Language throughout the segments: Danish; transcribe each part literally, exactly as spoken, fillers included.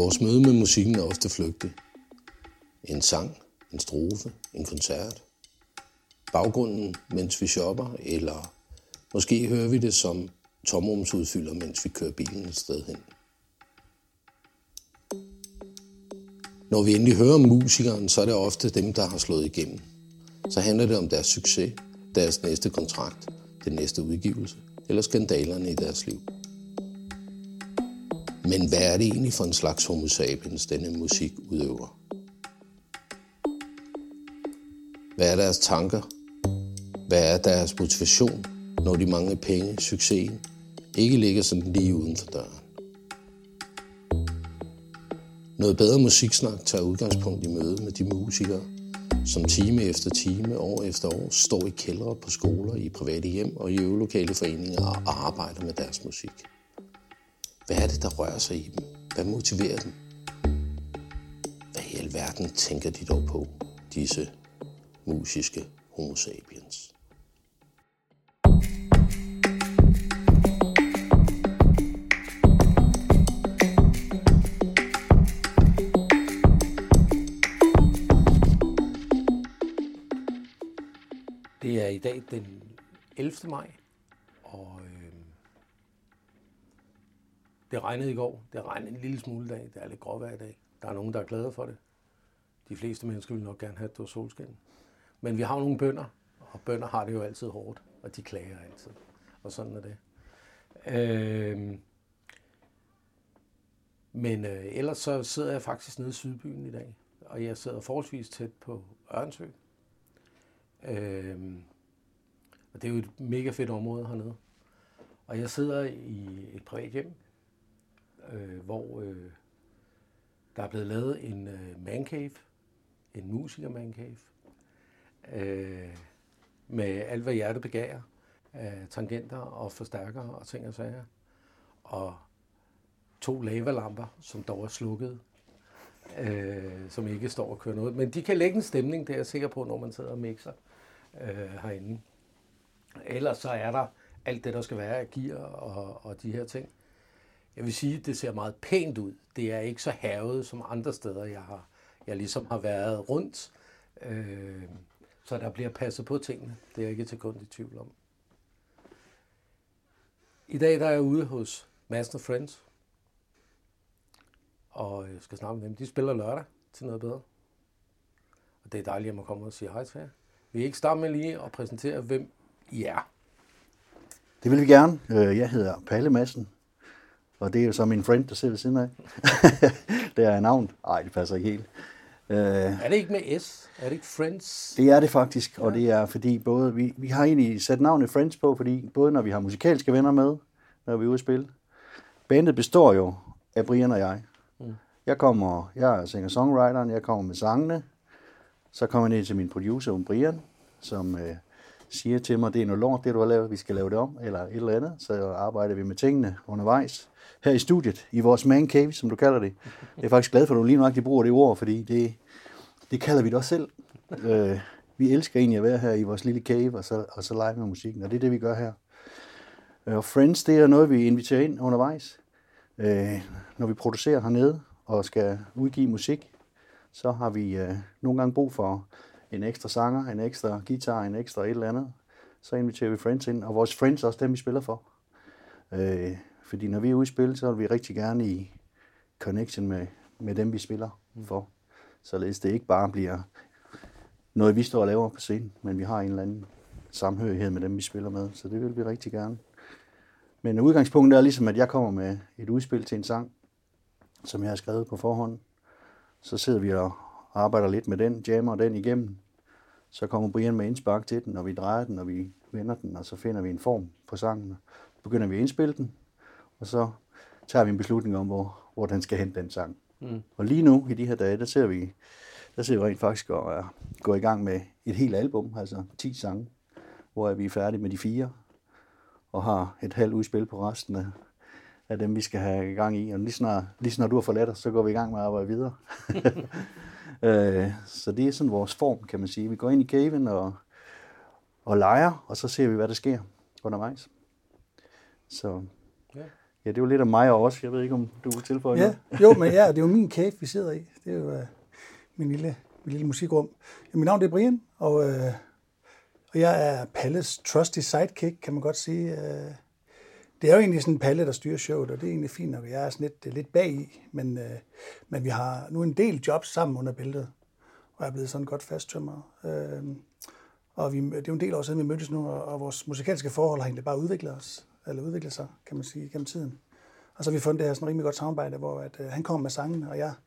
Vores møde med musikken er ofte flygtig. En sang, en strofe, en koncert. Baggrunden, mens vi shopper, eller måske hører vi det som tomrumsudfylder, mens vi kører bilen et sted hen. Når vi endelig hører om musikeren, så er det ofte dem, der har slået igennem. Så handler det om deres succes, deres næste kontrakt, den næste udgivelse eller skandalerne i deres liv. Men hvad er det egentlig for en slags homo sapiens, denne musik udøver? Hvad er deres tanker? Hvad er deres motivation, når de mange penge, succesen, ikke ligger sådan lige uden for døren? Noget bedre musiksnak tager udgangspunkt i møde med de musikere, som time efter time, år efter år, står i kældre på skoler, i private hjem og i øvelokale foreninger og arbejder med deres musik. Hvad er det, der rører sig i dem? Hvad motiverer dem? Hvad i alverden tænker de dog på, disse musiske homo sapiens? Det er i dag den ellevte maj, og øh, det regnede i går. Det regnede en lille smule i dag. Det er lidt gråvejr i dag. Der er nogen, der er glade for det. De fleste mennesker vil nok gerne have, at det var solskin. Men vi har jo nogle bønder, og bønder har det jo altid hårdt, og de klager altid. Og sådan er det. Øh, men øh, ellers så sidder jeg faktisk nede i Sydbyen i dag, og jeg sidder forholdsvis tæt på Ørnsø. Øhm, og det er jo et mega fedt område hernede. Og jeg sidder i et privat hjem, øh, hvor øh, der er blevet lavet en øh, man cave, en musiker man cave, øh, med alt hvad hjertet begærer, af tangenter og forstærkere og ting og sager. Og to lavalamper, som dog er slukket, øh, som ikke står og kører noget. Men de kan lægge en stemning, det er jeg sikker på, når man sidder og mixer øh, herinde. Ellers så er der alt det, der skal være af gear og, og de her ting. Jeg vil sige, at det ser meget pænt ud. Det er ikke så hærget som andre steder, jeg, har, jeg ligesom har været rundt. Øh, så der bliver passet på tingene. Det er jeg ikke et sekund i tvivl om. I dag der er jeg ude hos Master Friends. Og jeg skal snakke med dem. De spiller lørdag til noget bedre. Og det er dejligt, at man kommer og siger hej til jer. Vil I ikke starte med lige at præsentere, hvem I er? Det vil vi gerne. Jeg hedder Palle Madsen, og det er jo så min friend, der sidder ved siden af. Det er navnet. Nej, det passer ikke helt. Er det ikke med S? Er det ikke Friends? Det er det faktisk, og det er fordi både, vi, vi har egentlig sat navnet Friends på, fordi både når vi har musikalske venner med, når vi er ude at spille. Bandet består jo af Brian og jeg. Mm. Jeg kommer, jeg er singer-songwriteren, jeg kommer med sangene. Så kommer jeg ned til min producer, Brian, som øh, siger til mig, det er noget lort, det du har lavet, vi skal lave det om, eller et eller andet. Så arbejder vi med tingene undervejs. Her i studiet, i vores man cave, som du kalder det. Jeg er faktisk glad for, at du lige nok bruger det ord, fordi det, det kalder vi det også selv. Øh, vi elsker egentlig at være her i vores lille cave, og så, og så lege med musikken, og det er det, vi gør her. Og Friends, det er noget, vi inviterer ind undervejs. Øh, når vi producerer hernede og skal udgive musik, så har vi øh, nogle gange brug for en ekstra sanger, en ekstra guitar, en ekstra et eller andet. Så inviterer vi friends ind, og vores friends er også dem, vi spiller for. Øh, fordi når vi er ude i spil, så vil vi rigtig gerne i connection med, med dem, vi spiller for. Således det ikke bare bliver noget, vi står og laver på scenen, men vi har en eller anden samhørighed med dem, vi spiller med. Så det vil vi rigtig gerne. Men udgangspunktet er ligesom, at jeg kommer med et udspil til en sang, som jeg har skrevet på forhånd. Så sidder vi og arbejder lidt med den, jammer den igennem. Så kommer Brian med indspark til den, og vi drejer den, og vi vender den, og så finder vi en form på sangen. Så begynder vi at indspille den, og så tager vi en beslutning om, hvor, hvor den skal hen, den sang. Mm. Og lige nu, i de her dage, der ser vi, der ser vi rent faktisk at gå i gang med et helt album, altså ti sange, hvor vi er færdige med de fire, og har et halvt udspil på resten af, af dem, vi skal have i gang i. Og lige snart, lige snart du har forladt os, så går vi i gang med at arbejde videre. øh, så det er sådan vores form, kan man sige. Vi går ind i caven og, og leger, og så ser vi, hvad der sker undervejs. Så ja. Ja, det er jo lidt af mig og også. Jeg ved ikke, om du vil tilføje ja. noget. Jo, men ja, det er jo min cave, vi sidder i. Det er jo uh, min, lille, min lille musikrum. Ja, mit navn det er Brian, og, uh, og jeg er Palles trusty sidekick, kan man godt sige. Uh, det er jo egentlig sådan Palle, der styrer showet, og det er egentlig fint nok. Jeg er sådan lidt, lidt bag i, men, uh, men vi har nu en del jobs sammen under bæltet, og jeg er blevet sådan godt fasttømret. Uh, og vi, det er jo en del år siden, vi mødtes nu, og, og vores musikalske forhold har egentlig bare udviklet os. Eller udvikle sig, kan man sige, gennem tiden. Og så har vi fundet det her sådan rimelig godt samarbejde, hvor at, øh, han kommer med sangen, og jeg,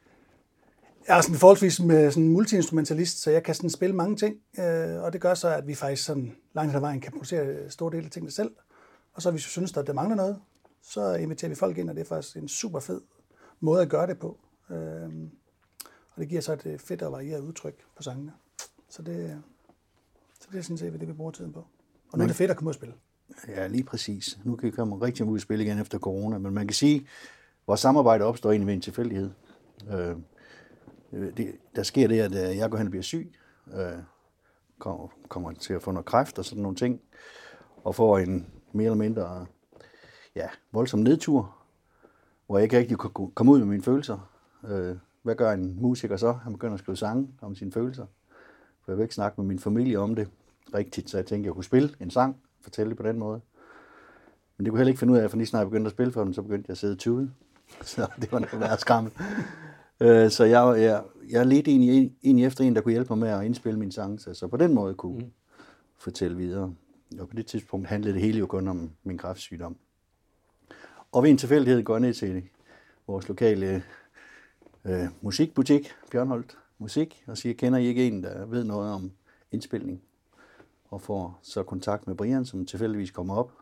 jeg er sådan forholdsvis med sådan multi-instrumentalist, så jeg kan sådan spille mange ting, øh, og det gør så, at vi faktisk sådan langt ad vejen kan producere store dele af tingene selv. Og så hvis vi synes, at der mangler noget, så inviterer vi folk ind, og det er faktisk en super fed måde at gøre det på. Øh, og det giver så et fedt og varieret udtryk på sangene. Så det, så det er sådan set det, vi bruger tiden på. Og nu er det fedt at komme ud og spille. Ja, lige præcis. Nu kan vi komme rigtig ud og spille igen efter corona, men man kan sige, at vores samarbejde opstår egentlig ved en tilfældighed. Øh, det, der sker det, at jeg går hen og bliver syg, øh, kommer, kommer til at få noget kræft og sådan nogle ting, og får en mere eller mindre ja, voldsom nedtur, hvor jeg ikke rigtig kan komme ud med mine følelser. Øh, hvad gør en musiker så? Han begynder at skrive sange om sine følelser, for jeg vil ikke snakke med min familie om det rigtigt, så jeg tænkte, at jeg kunne spille en sang, fortælle det på den måde. Men det kunne jeg heller ikke finde ud af, for lige snart jeg begyndte at spille for dem, så begyndte jeg at sidde og tude. Så det var noget værre skræmme. Så jeg, jeg, jeg ledte egentlig, egentlig efter en, der kunne hjælpe mig med at indspille mine sange, så på den måde kunne mm. fortælle videre. Og på det tidspunkt handlede det hele jo kun om min kræftsygdom. Og ved en tilfældighed går jeg ned til vores lokale øh, musikbutik, Bjørnholt Musik, og siger, kender I ikke en, der ved noget om indspilning? Og får så kontakt med Brian, som tilfældigvis kommer op,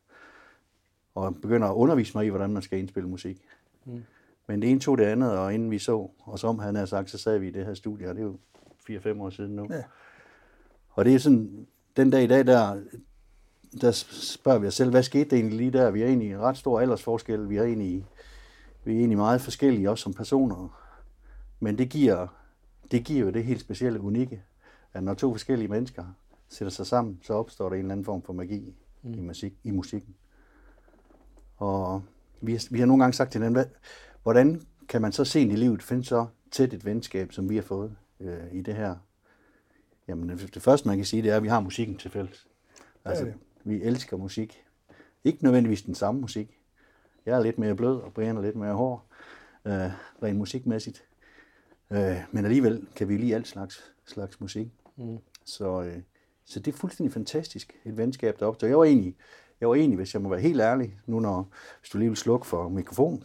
og begynder at undervise mig i, hvordan man skal indspille musik. Mm. Men det ene tog det andet, og inden vi så os om, han havde sagt, så sad vi i det her studie, og det er jo fire fem år siden nu. Ja. Og det er sådan, den dag i dag, der, der spørger vi os selv, hvad skete det egentlig lige der? Vi er egentlig en ret stor aldersforskel, vi er egentlig, vi er egentlig meget forskellige, også som personer. Men det giver, det giver jo det helt specielle, unikke, at når to forskellige mennesker sætter sig sammen, så opstår der en eller anden form for magi mm. i, musik, i musikken. Og vi har, vi har nogle gange sagt til hinanden, hvordan kan man så sent i livet finde så tæt et venskab, som vi har fået øh, i det her? Jamen det første, man kan sige, det er, at vi har musikken til fælles. Altså, det det. Vi elsker musik. Ikke nødvendigvis den samme musik. Jeg er lidt mere blød, og Brian er lidt mere hård, øh, rent musikmæssigt. Øh, men alligevel kan vi lide alt slags, slags musik. Mm. Så... Øh, Så det er fuldstændig fantastisk, et venskab, der opstår. Jeg var egentlig, jeg var egentlig, hvis jeg må være helt ærlig, nu når, hvis du lige vil slukke for mikrofonen,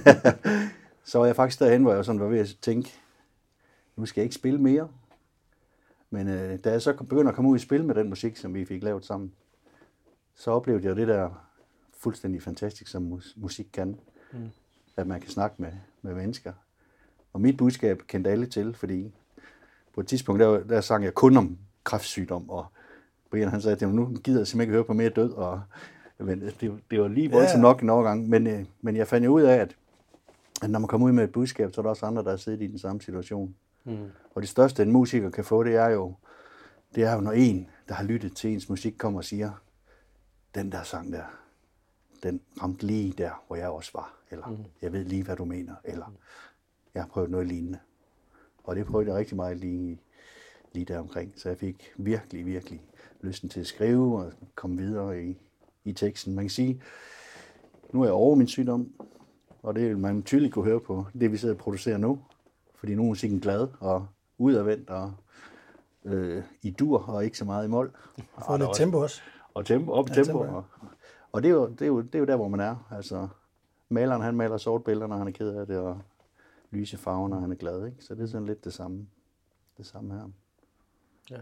så var jeg faktisk derhen, hvor jeg sådan var ved at tænke, nu skal jeg ikke spille mere. Men øh, da jeg så begynder at komme ud i spil med den musik, som vi fik lavet sammen, så oplevede jeg det der fuldstændig fantastisk, som mus- musik kan. Mm. At man kan snakke med, med mennesker. Og mit budskab kendte alle til, fordi på et tidspunkt, der, der sang jeg kun om kræftsygdom, og Brian han sagde, at nu gider jeg simpelthen ikke høre på mere død, og men det, det var lige voldsomt ja. nok en overgang, men, øh, men jeg fandt jo ud af, at, at når man kommer ud med et budskab, så er der også andre, der har siddet i den samme situation. Mm. Og det største, en musiker kan få, det er jo, det er jo, når en, der har lyttet til ens musik, kommer og siger, den der sang der, den ramte lige der, hvor jeg også var, eller mm. jeg ved lige, hvad du mener, eller jeg har prøvet noget lignende. Og det prøvede jeg rigtig meget lige lige der omkring, så jeg fik virkelig, virkelig lysten til at skrive og komme videre i, i teksten. Man kan sige, nu er jeg over min sygdom, og det vil man tydeligt kunne høre på det, vi sidder og producerer nu, fordi nu er musikken glad og udadvendt og øh, i dur og ikke så meget i mol. Og får lidt også, tempo også. Og tempo, op ja, tempo. tempo ja. og, og det, er jo, det, er jo, det er jo der, hvor man er. Altså, maleren han maler sort billeder, når han er ked af det, og lyse farver, når han er glad. Ikke? Så det er sådan lidt det samme, det samme her. Ja.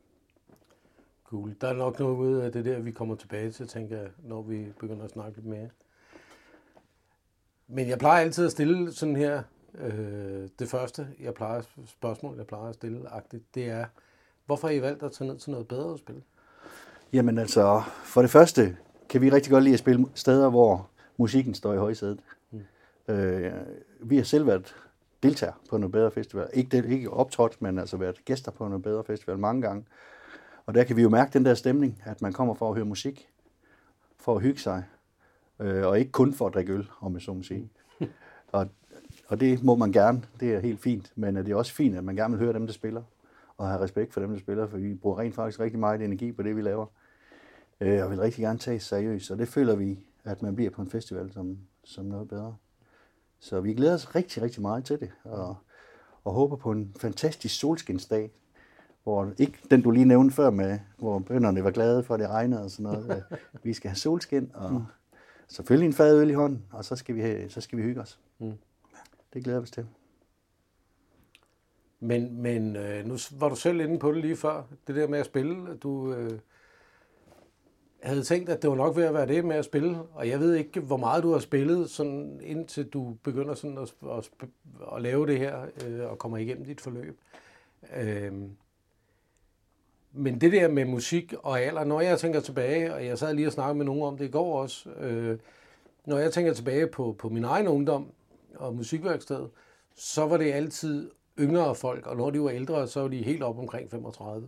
Cool. Der er nok noget ud af det der, vi kommer tilbage til, tænker jeg, når vi begynder at snakke lidt mere. Men jeg plejer altid at stille sådan her, øh, det første, jeg plejer, spørgsmål, jeg plejer at stille, agtigt, det er, hvorfor har I valgt at tage ned til noget bedre at spille? Jamen altså, for det første kan vi rigtig godt lide at spille steder, hvor musikken står i højsædet. Mm. Øh, vi har selv været deltager på noget bedre festival. Ikke, det, ikke optrådt, men altså været gæster på noget bedre festival mange gange. Og der kan vi jo mærke den der stemning, at man kommer for at høre musik, for at hygge sig. øh, og ikke kun for at drikke øl, om jeg så må sige. og, og det må man gerne, det er helt fint, men det er også fint, at man gerne vil høre dem, der spiller, og have respekt for dem, der spiller, for vi bruger rent faktisk rigtig meget energi på det, vi laver, øh, og vil rigtig gerne tage seriøst, og det føler vi, at man bliver på en festival som, som noget bedre. Så vi glæder os rigtig, rigtig meget til det, og, og håber på en fantastisk solskinsdag, hvor ikke den, du lige nævnte før med, hvor bønderne var glade for, at det regnede og sådan noget. Vi skal have solskin, og mm. selvfølgelig en fadøl i hånden, og så skal vi, have, så skal vi hygge os. Mm. Det glæder vi os til. Men, men øh, nu var du selv inde på det lige før, det der med at spille. Du øh, havde tænkt, at det var nok ved at være det med at spille, og jeg ved ikke, hvor meget du har spillet, sådan, indtil du begynder sådan at, at, at lave det her, øh, og kommer igennem dit forløb. Øh, Men det der med musik og alder, når jeg tænker tilbage, og jeg sad lige og snakkede med nogen om det i går også, øh, når jeg tænker tilbage på, på min egen ungdom og musikværksted, så var det altid yngre folk, og når de var ældre, så var de helt op omkring femogtredive.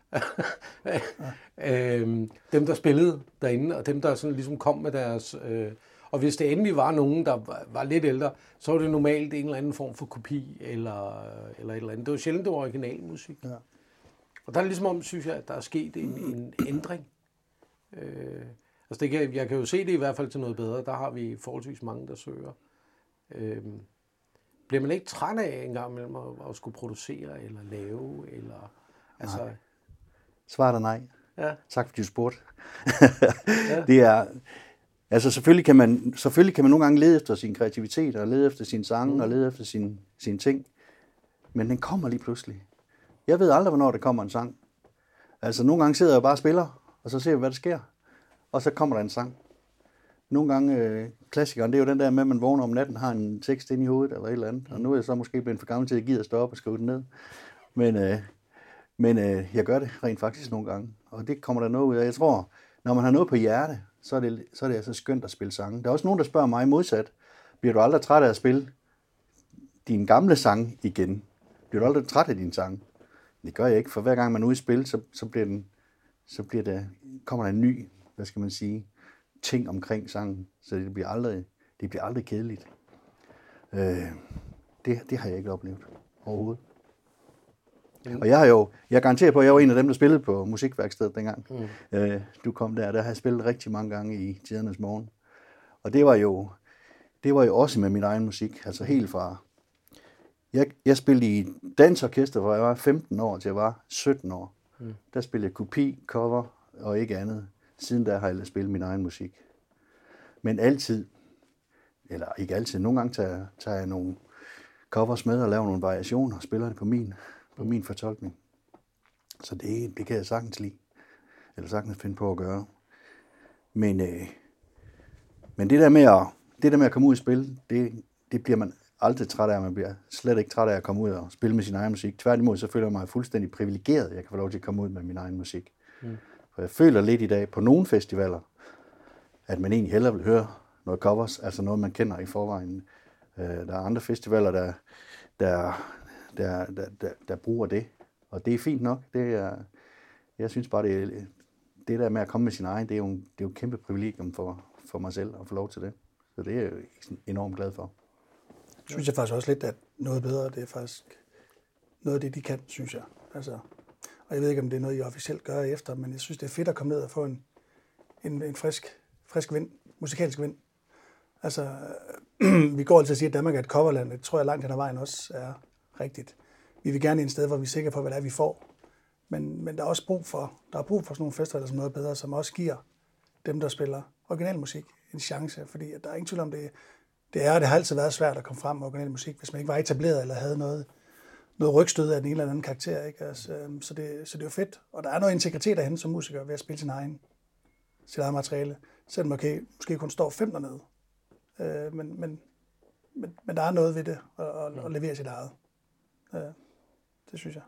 øh, dem, der spillede derinde, og dem, der sådan ligesom kom med deres... Øh, og hvis det endelig var nogen, der var, var lidt ældre, så var det normalt en eller anden form for kopi, eller, eller et eller andet. Det var sjældent, det var originalmusik. Ja. Og der er ligesom om, synes jeg, at der er sket en, en ændring. Øh, altså det kan, jeg kan jo se det i hvert fald til noget bedre. Der har vi forholdsvis mange, der søger. Øh, bliver man ikke træt af en gang imellem at, at skulle producere eller lave? Eller, altså... Nej. Svaret er nej. Ja. Tak fordi du spurgte. Ja. Det er... Altså selvfølgelig kan, man, selvfølgelig kan man nogle gange lede efter sin kreativitet, og lede efter sin sange, mm. og lede efter sin, sine ting. Men den kommer lige pludselig. Jeg ved aldrig, hvornår der kommer en sang. Altså, nogle gange sidder jeg bare og spiller, og så ser vi, hvad der sker. Og så kommer der en sang. Nogle gange, øh, klassikeren, det er jo den der med, at man vågner om natten, har en tekst inde i hovedet, eller et eller andet. Og nu er jeg så måske blevet for gammel til, at jeg gider stå op og skrive den ned. Men, øh, men øh, jeg gør det rent faktisk nogle gange. Og det kommer der noget ud af. Jeg tror, når man har noget på hjerte, så er det, så er det altså skønt at spille sange. Der er også nogen, der spørger mig modsat. Bliver du aldrig træt af at spille din gamle sang igen? Bliver du aldrig træt af din sang? Det gør jeg ikke, for hver gang man er ude i spil, så, så, bliver den, så bliver der, kommer der en ny, hvad skal man sige, ting omkring sangen, så det bliver aldrig, det bliver aldrig kedeligt. Øh, det, det har jeg ikke oplevet overhovedet. Mm. Og jeg har jo, jeg garanterer på, at jeg var en af dem, der spillede på musikværkstedet dengang. Mm. Øh, du kom der, der har jeg spillet rigtig mange gange i tidernes morgen. Og det var jo, det var jo også med min egen musik, altså helt fra... Jeg, jeg spillede i dansorkester, hvor jeg var femten år, til jeg var sytten år. Mm. Der spillede jeg kopi, cover og ikke andet. Siden da har jeg spillet min egen musik. Men altid, eller ikke altid, nogle gange tager, tager jeg nogle covers med og laver nogle variationer og spiller det på min, på min fortolkning. Så det, det kan jeg sagtens lide, eller sagtens finde på at gøre. Men, øh, men det, der med at, det der med at komme ud og spille, det, det bliver man aldrig træt af. Man bliver slet ikke træt af at komme ud og spille med sin egen musik. Tværtimod, så føler jeg mig fuldstændig privilegeret, at jeg kan få lov til at komme ud med min egen musik. Mm. For jeg føler lidt i dag på nogle festivaler, at man egentlig hellere vil høre noget covers, altså noget, man kender i forvejen. Der er andre festivaler, der, der, der, der, der, der bruger det, og det er fint nok. Det er, jeg synes bare, det, er, det der med at komme med sin egen, det er jo, det er jo et kæmpe privilegium for, for mig selv at få lov til det. Så det er jeg enormt glad for. Jeg synes jeg faktisk også lidt, at noget bedre, det er faktisk noget af det, de kan, synes jeg. Altså, og jeg ved ikke, om det er noget, I officielt gør efter, men jeg synes, det er fedt at komme ned og få en, en, en frisk, frisk vind, musikalsk vind. Altså, vi går altid at sige, at Danmark er et coverland. Det tror jeg langt hen ad vejen også er rigtigt. Vi vil gerne i et sted, hvor vi er sikre på, hvad det er, vi får. Men, men der er også brug for, der er brug for sådan nogle festivaler som noget bedre, som også giver dem, der spiller originalmusik, en chance. Fordi at der er ingen tvivl om, det, det er, det har altid været svært at komme frem med originalmusik, hvis man ikke var etableret eller havde noget, noget rygstød af den ene eller anden karakter. Ikke? Altså, så, det, så det er jo fedt. Og der er noget integritet derhen som musiker ved at spille sin egen, sit eget materiale. Selvom man okay, måske kun står fem dernede. Øh, men, men, men, men der er noget ved det at, at, at levere sit eget. Øh, det synes jeg.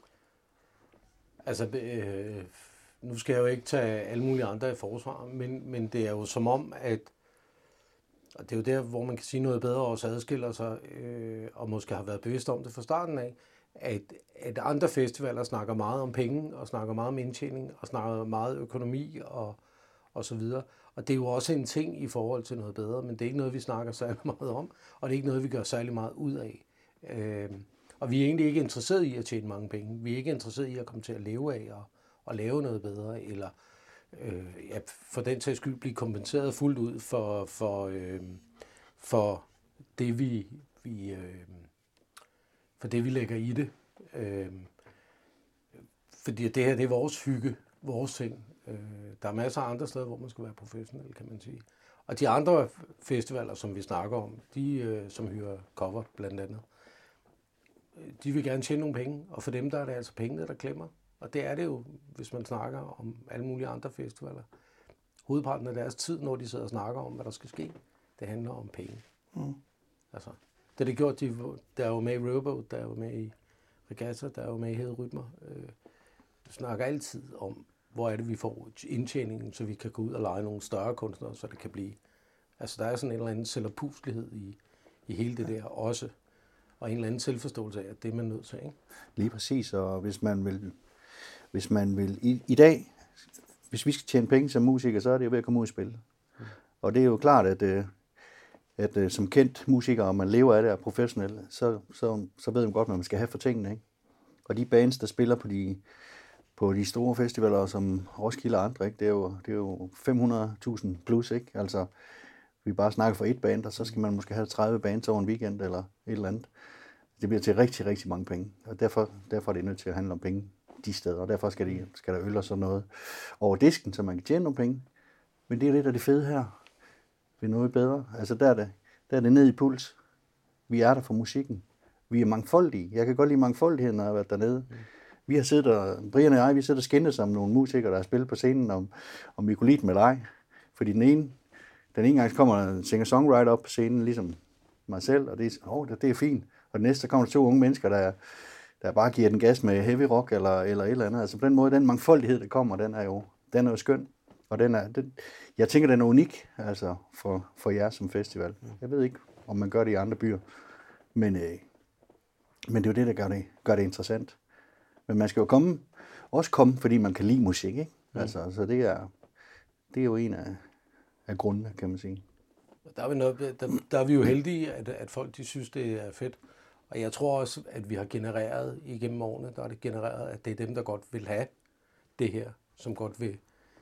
Altså, øh, nu skal jeg jo ikke tage alle mulige andre i forsvar, men, men det er jo som om, at og det er jo der, hvor man kan sige noget bedre også adskiller sig, øh, og måske har været bevidst om det fra starten af, at, at andre festivaler snakker meget om penge, og snakker meget om indtjening, og snakker meget økonomi, og, og så videre. Og det er jo også en ting i forhold til noget bedre, men det er ikke noget, vi snakker særlig meget om, og det er ikke noget, vi gør særlig meget ud af. Øh, og vi er egentlig ikke interesseret i at tjene mange penge. Vi er ikke interesseret i at komme til at leve af og, og lave noget bedre, eller øh, ja, for den sags skyld blive kompenseret fuldt ud for, for, øh, for det, vi, vi, øh, for det, vi lægger i det. Øh, fordi det her, det er vores hygge, vores ting. Øh, der er masser af andre steder, hvor man skal være professionel, kan man sige. Og de andre festivaler, som vi snakker om, de øh, som hyrer cover blandt andet, de vil gerne tjene nogle penge, og for dem der er det altså pengene, der klemmer. Og det er det jo, hvis man snakker om alle mulige andre festivaler. Hovedparten af deres tid, når de sidder og snakker om, hvad der skal ske, det handler om penge. Mm. Altså, det er det gjort, de, der er jo med i Rowboat, der er jo med i Regatta, der er jo med i Hede Rytmer. Øh, du snakker altid om, hvor er det, vi får indtjeningen, så vi kan gå ud og lege nogle større kunstnere, så det kan blive... Altså, der er sådan en eller anden selvopuslighed i, i hele det der også. Og en eller anden selvforståelse af, at det er man nødt til, ikke? Lige præcis, og hvis man vil, hvis man vil i, i dag, hvis vi skal tjene penge som musiker, så er det jo ved at komme ud og spille. Mm. Og det er jo klart, at, at, at som kendt musiker, og man lever af det og professionelt, så, så, så ved man godt, hvad man skal have for tingene, ikke? Og de bands, der spiller på de, på de store festivaler, som Roskilde og andre, ikke? Det er jo, det er jo fem hundrede tusind plus, ikke? Altså, vi bare snakker for et band, og så skal man måske have tredive bands over en weekend, eller et eller andet. Det bliver til rigtig, rigtig mange penge, og derfor, derfor er det nødt til at handle om penge de steder, og derfor skal, de, skal der øl og sådan noget over disken, så man kan tjene nogle penge. Men det er lidt af det fede her, ved noget bedre. Altså der er det, der er det ned i puls. Vi er der for musikken. Vi er mangfoldige. Jeg kan godt lide mangfoldigheden, når jeg har været dernede. Mm. Vi har siddet og, Brian og jeg, vi sidder og skændes som nogle musikere, der har spillet på scenen, om, om vi kunne lide med dig. Fordi den ene, den ene gang kommer en singer-songwriter op på scenen, ligesom mig selv, og det er, oh, det, det er fint. Og den næste kommer der to unge mennesker, der, der bare giver den gas med heavy rock eller, eller et eller andet. Altså på den måde, den mangfoldighed, der kommer, den er jo, den er jo skøn. Og den er, den, jeg tænker, den er unik altså for, for jer som festival. Jeg ved ikke, om man gør det i andre byer. Men, øh, men det er jo det, der gør det, gør det interessant. Men man skal jo komme, også komme, fordi man kan lide musik, ikke? Mm. Altså, så det er, det er jo en af, af grundene, kan man sige. Der er vi, noget, der, der er vi jo heldige, at, at folk de synes, det er fedt. Og jeg tror også, at vi har genereret igennem årene, der er det genereret, at det er dem, der godt vil have det her, som godt vil,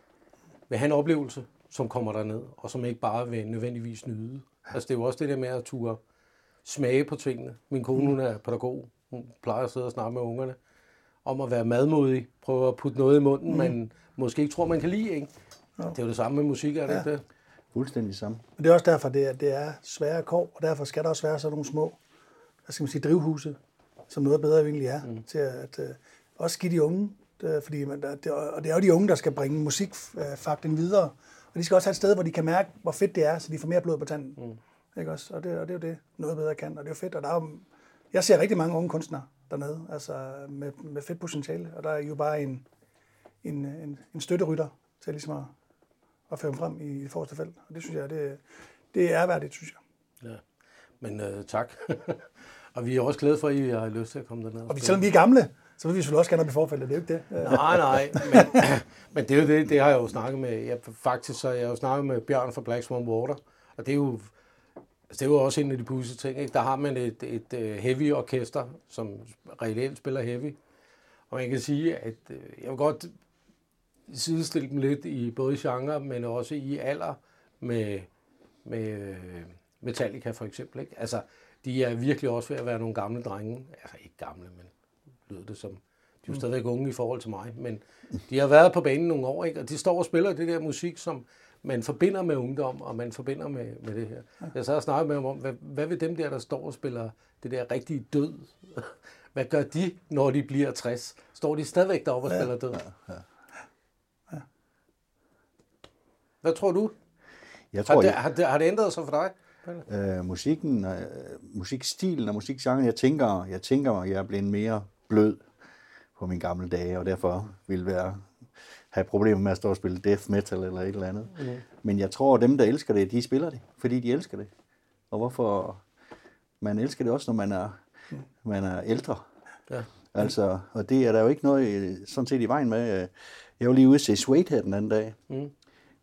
vil have en oplevelse, som kommer derned, og som ikke bare vil nødvendigvis nyde. Altså det er jo også det der med at turde smage på tingene. Min kone, hun er pædagog. Hun plejer at sidde og snakke med ungerne om at være madmodig, prøve at putte noget i munden, mm. man måske ikke tror, man kan lide, ikke? Ja. Det er jo det samme med musik, er det ja. ikke det? Fuldstændig samme. Men det er også derfor, det er, det er svære kår, og derfor skal der også være sådan nogle små, hvad skal man sige, drivhuse, som noget bedre egentlig er, mm. til at uh, også give de unge, det, fordi man, det, og det er jo de unge, der skal bringe musikfakten videre, og de skal også have et sted, hvor de kan mærke, hvor fedt det er, så de får mere blod på tanden. Mm. Ikke også? Og, det, og det er jo det, noget bedre kan, og det er jo fedt, og der er jo, jeg ser rigtig mange unge kunstnere dernede, altså med, med fedt potentiale, og der er jo bare en, en, en, en støtterytter til ligesom at og føre dem frem i det forreste felt. Og det synes jeg, det, det er værdigt, synes jeg. Ja, men øh, tak. Og vi er også glade for, at I har lyst til at komme derned. Og vi, selvom vi er gamle, så vil vi selvfølgelig også gerne op i forfeltet, det er jo ikke det. Nej, nej, men, men det er jo det, det har jeg jo snakket med. Jeg, faktisk så har jeg jo snakket med Bjørn fra Black Swan Water, og det er jo, altså, det er jo også en af de pudsige ting, ikke? Der har man et, et, et heavy orkester, som reelt spiller heavy. Og man kan sige, at jeg vil godt sidestille dem lidt i både genre, men også i alder med, med Metallica for eksempel. Ikke? Altså, de er virkelig også ved at være nogle gamle drenge. Altså ikke gamle, men lyder det som. De er jo stadigvæk unge i forhold til mig, men de har været på banen nogle år, ikke? Og de står og spiller det der musik, som man forbinder med ungdom, og man forbinder med, med det her. Jeg så har snakket med dem om, hvad, hvad vil dem der, der står og spiller det der rigtige død? Hvad gør de, når de bliver tres? Står de stadigvæk deroppe og ja. spiller død? Ja, ja. Hvad tror du? Jeg tror, har, det, jeg... har, det, har det ændret sig for dig? Øh, musikken, øh, musikstilen og musikgenren, jeg tænker, jeg tænker, jeg er blevet mere blød på mine gamle dage, og derfor vil være have problemer med at stå og spille death metal eller et eller andet. Mm. Men jeg tror, at dem, der elsker det, de spiller det, fordi de elsker det. Og hvorfor man elsker det også, når man er, mm. man er ældre. Ja. Altså, og det er der jo ikke noget sådan set i vejen med. Jeg var lige ude at se Suede her den anden dag. Mm.